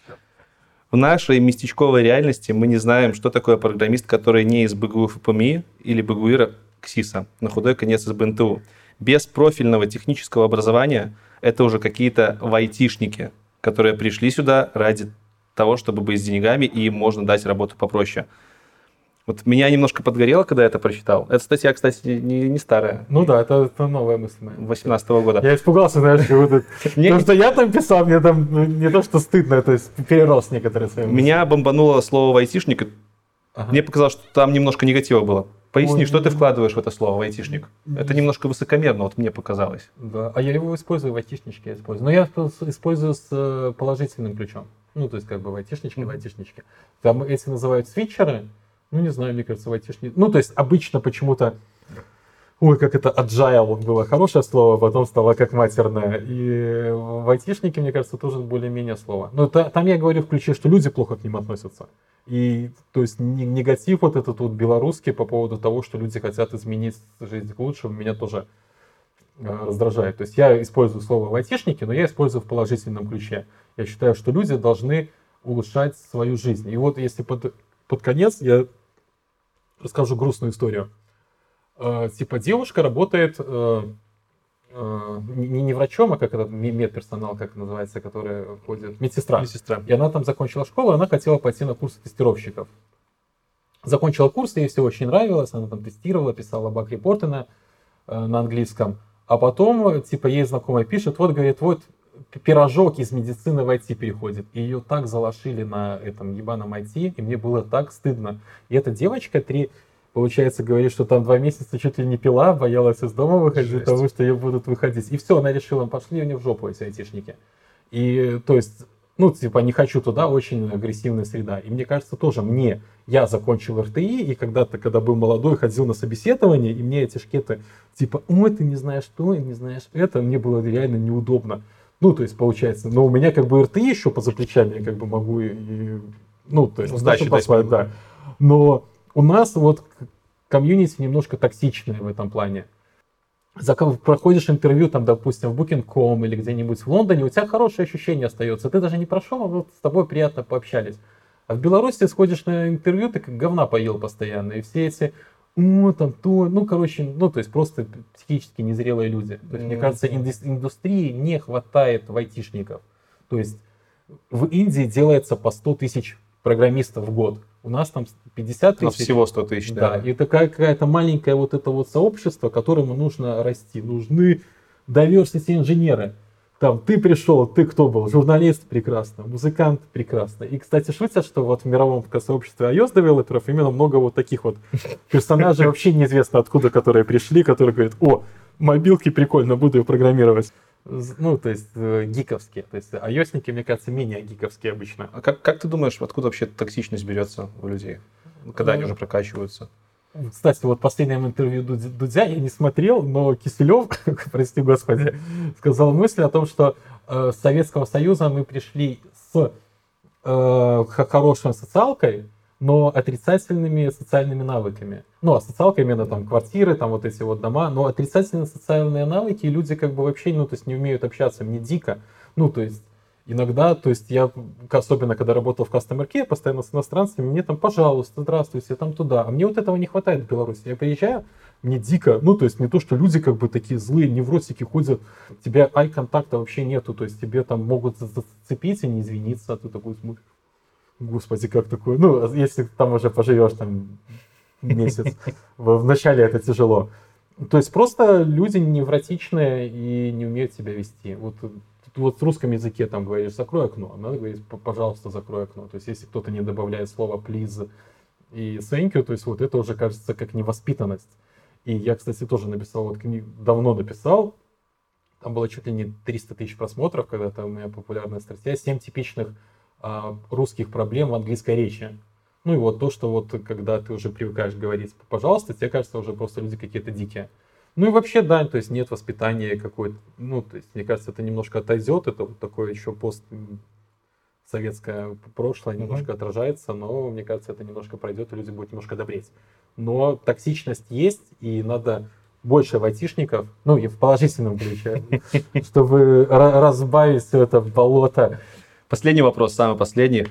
В нашей местечковой реальности мы не знаем, что такое программист, который не из БГУ ФПМИ или БГУИРа КСИСа, на худой конец из БНТУ. Без профильного технического образования это уже какие-то вайтишники, которые пришли сюда ради того, чтобы быть с деньгами, и им можно дать работу попроще. Вот меня немножко подгорело, когда я это прочитал. Эта статья, кстати, не, не старая, Ну да, это, это новая мысль моя. восемнадцатого года. Я испугался, знаешь, как будто... Мне- То, что я там писал, мне там ну, не то, что стыдно, то есть перерос некоторые свои мысли. Меня бомбануло слово «вайтишник». и Ага. Мне показалось, что там немножко негатива было. Поясни, Ой, что ты ну, вкладываешь в это слово «вайтишник». Это немножко высокомерно, вот мне показалось. Да, а я его использую, в айтишничке я использую. Но я с- использую с э, положительным ключом. Ну, то есть, как бы в айтишничке, Мгм. в айтишничке. Там эти называют свитчеры. Ну, не знаю, мне кажется, в айтишничке. Ну, то есть, обычно почему-то... Ой, как это agile было хорошее слово, потом стало как матерное. И в айтишнике, мне кажется, тоже более-менее слово. Но та- там я говорю в ключе, что люди плохо к ним относятся. И, то есть, не- негатив вот этот вот белорусский по поводу того, что люди хотят изменить жизнь к лучшему, меня тоже э, раздражает. То есть, я использую слово в айтишнике, но я использую в положительном ключе. Я считаю, что люди должны улучшать свою жизнь. И вот если под, под конец я расскажу грустную историю. Э, типа девушка работает э, э, не, не врачом, а как это ме- медперсонал, как это называется, который ходит, медсестра. Медсестра. И она там закончила школу, она хотела пойти на курсы тестировщиков. Закончила курс, ей все очень нравилось, она там тестировала, писала баг-репорты на, э, на английском. А потом, э, типа, ей знакомая пишет, вот, говорит, вот пирожок из медицины в ай ти переходит. И ее так залошили на этом ебаном ай ти, и мне было так стыдно. И эта девочка три, получается, говорит, что там два месяца чуть ли не пила, боялась из дома выходить, Жесть. потому что ее будут выходить. И все, она решила, пошли у нее в жопу эти айтишники. И, то есть, ну, типа, не хочу туда, очень агрессивная среда. И мне кажется, тоже мне, я закончил эр тэ и, и когда-то, когда был молодой, ходил на собеседование, и мне эти шкеты, типа, ой, ты не знаешь то, не знаешь это, мне было реально неудобно. Ну, то есть, получается, но у меня как бы эр тэ и еще поза плечами, я как бы могу и, и, ну, то есть, Сдачи тоже дать послать, могу. да. Но у нас вот к- комьюнити немножко токсичное в этом плане. За, проходишь интервью, там, допустим, в букинг точка ком или где-нибудь в Лондоне, у тебя хорошее ощущение остается. Ты даже не прошел, а вот с тобой приятно пообщались. А в Беларуси ты сходишь на интервью, ты как говна поел постоянно. И все эти, о, там, то, ну, короче, ну, то есть просто психически незрелые люди. То есть, мне Мгм. кажется, индус- индустрии не хватает в айтишников. То есть в Индии делается по сто тысяч программистов в год. У нас там пятьдесят У нас тысяч. всего сто тысяч, Да, да. и такая какая-то маленькое вот это вот сообщество, которому нужно расти. Нужны diversity инженеры. Там ты пришел, ты кто был? Журналист прекрасно, музыкант прекрасно. И, кстати, шутят, что вот в мировом сообществе iOS девелоперов именно много вот таких вот персонажей вообще неизвестно откуда, которые пришли, которые говорят, о, мобилки прикольно, буду ее программировать. З- Ну, то есть э, гиковские. То есть iOS-ники, мне кажется, менее гиковские обычно. А как, как ты думаешь, откуда вообще токсичность берется у людей, когда они Ну, уже прокачиваются? Кстати, вот последнее интервью Дудя, Дудя я не смотрел, но Киселев, прости господи, сказал мысль о том, что э, с Советского Союза мы пришли с э, х- хорошей социалкой, но отрицательными социальными навыками. Ну, а социалка именно там квартиры, там вот эти вот дома, но отрицательные социальные навыки, и люди как бы вообще, ну, то есть не умеют общаться, мне дико. Ну, то есть иногда, то есть я, особенно когда работал в Customer Care, постоянно с иностранцами, мне там, пожалуйста, здравствуйте, там туда. А мне вот этого не хватает в Беларуси. Я приезжаю, мне дико, ну, то есть не то, что люди как бы такие злые, невротики ходят, у тебя ай-контакта вообще нету, то есть тебе там могут зацепить и не извиниться, а ты такой смотришь. Господи, как такое? Ну, если там уже поживешь там месяц, вначале это тяжело. То есть просто люди невротичные и не умеют себя вести. Вот, вот в русском языке там говоришь «закрой окно», а надо говорить «пожалуйста, закрой окно». То есть если кто-то не добавляет слово «please» и «thank you», то есть вот это уже кажется как невоспитанность. И я, кстати, тоже написал, вот книгу, давно написал, там было чуть ли не триста тысяч просмотров, когда-то у меня популярная статья, семь типичных а, русских проблем в английской речи. Ну и вот то, что вот когда ты уже привыкаешь говорить «пожалуйста», тебе кажется уже просто люди какие-то дикие. Ну и вообще, да, то есть нет воспитания какой-то, ну, то есть, мне кажется, это немножко отойдет, это вот такое еще постсоветское прошлое немножко mm-hmm. отражается, но мне кажется, это немножко пройдет, и люди будут немножко добреть. Но токсичность есть, и надо больше айтишников, ну и в положительном ключе, чтобы разбавить все это в болото. Последний вопрос, самый последний.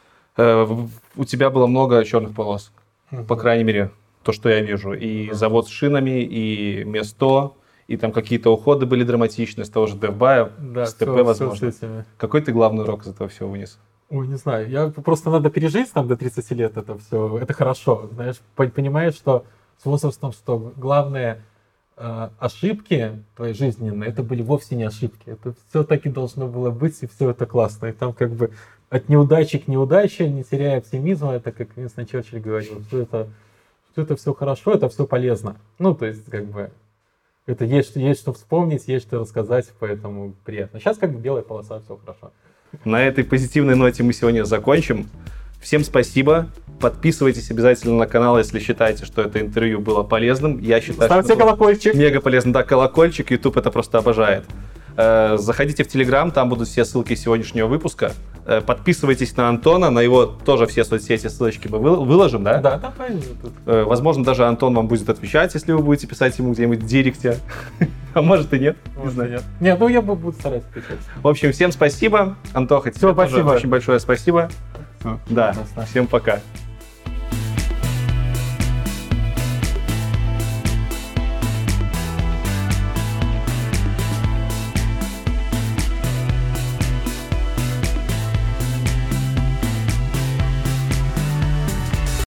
У тебя было много черных полос, по крайней мере, то, что я вижу. И завод с шинами, и место, и там какие-то уходы были драматичные, с того же DevBuy, да, с ТП, все, возможно. Все Какой ты главный урок из этого всего вынес? Ой, не знаю, я просто надо пережить там до тридцати лет это все, это хорошо, знаешь, понимаешь, что с возрастом, что главное э, ошибки твоей жизненные, это были вовсе не ошибки, это все таки должно было быть, и все это классно, и там как бы от неудачи к неудаче, не теряя оптимизма, это как Уинстон Черчилль говорил, что это, что это все хорошо, это все полезно, ну, то есть как бы это есть, есть что вспомнить, есть что рассказать, поэтому приятно. Сейчас как бы белая полоса, все хорошо. На этой позитивной ноте мы сегодня закончим. Всем спасибо. Подписывайтесь обязательно на канал, если считаете, что это интервью было полезным. Я считаю, ставьте что колокольчик. Мега полезно. Да, колокольчик. YouTube это просто обожает. Заходите в Telegram, там будут все ссылки сегодняшнего выпуска. Подписывайтесь на Антона, на его тоже все соцсети, ссылочки мы выложим, да? Да, да, правильно. Возможно, даже Антон вам будет отвечать, если вы будете писать ему где-нибудь в директе. А может и нет. Может и нет. Нет, ну я буду стараться отвечать. В общем, всем спасибо. Антоха, тебе тоже очень большое спасибо. Да, всем пока.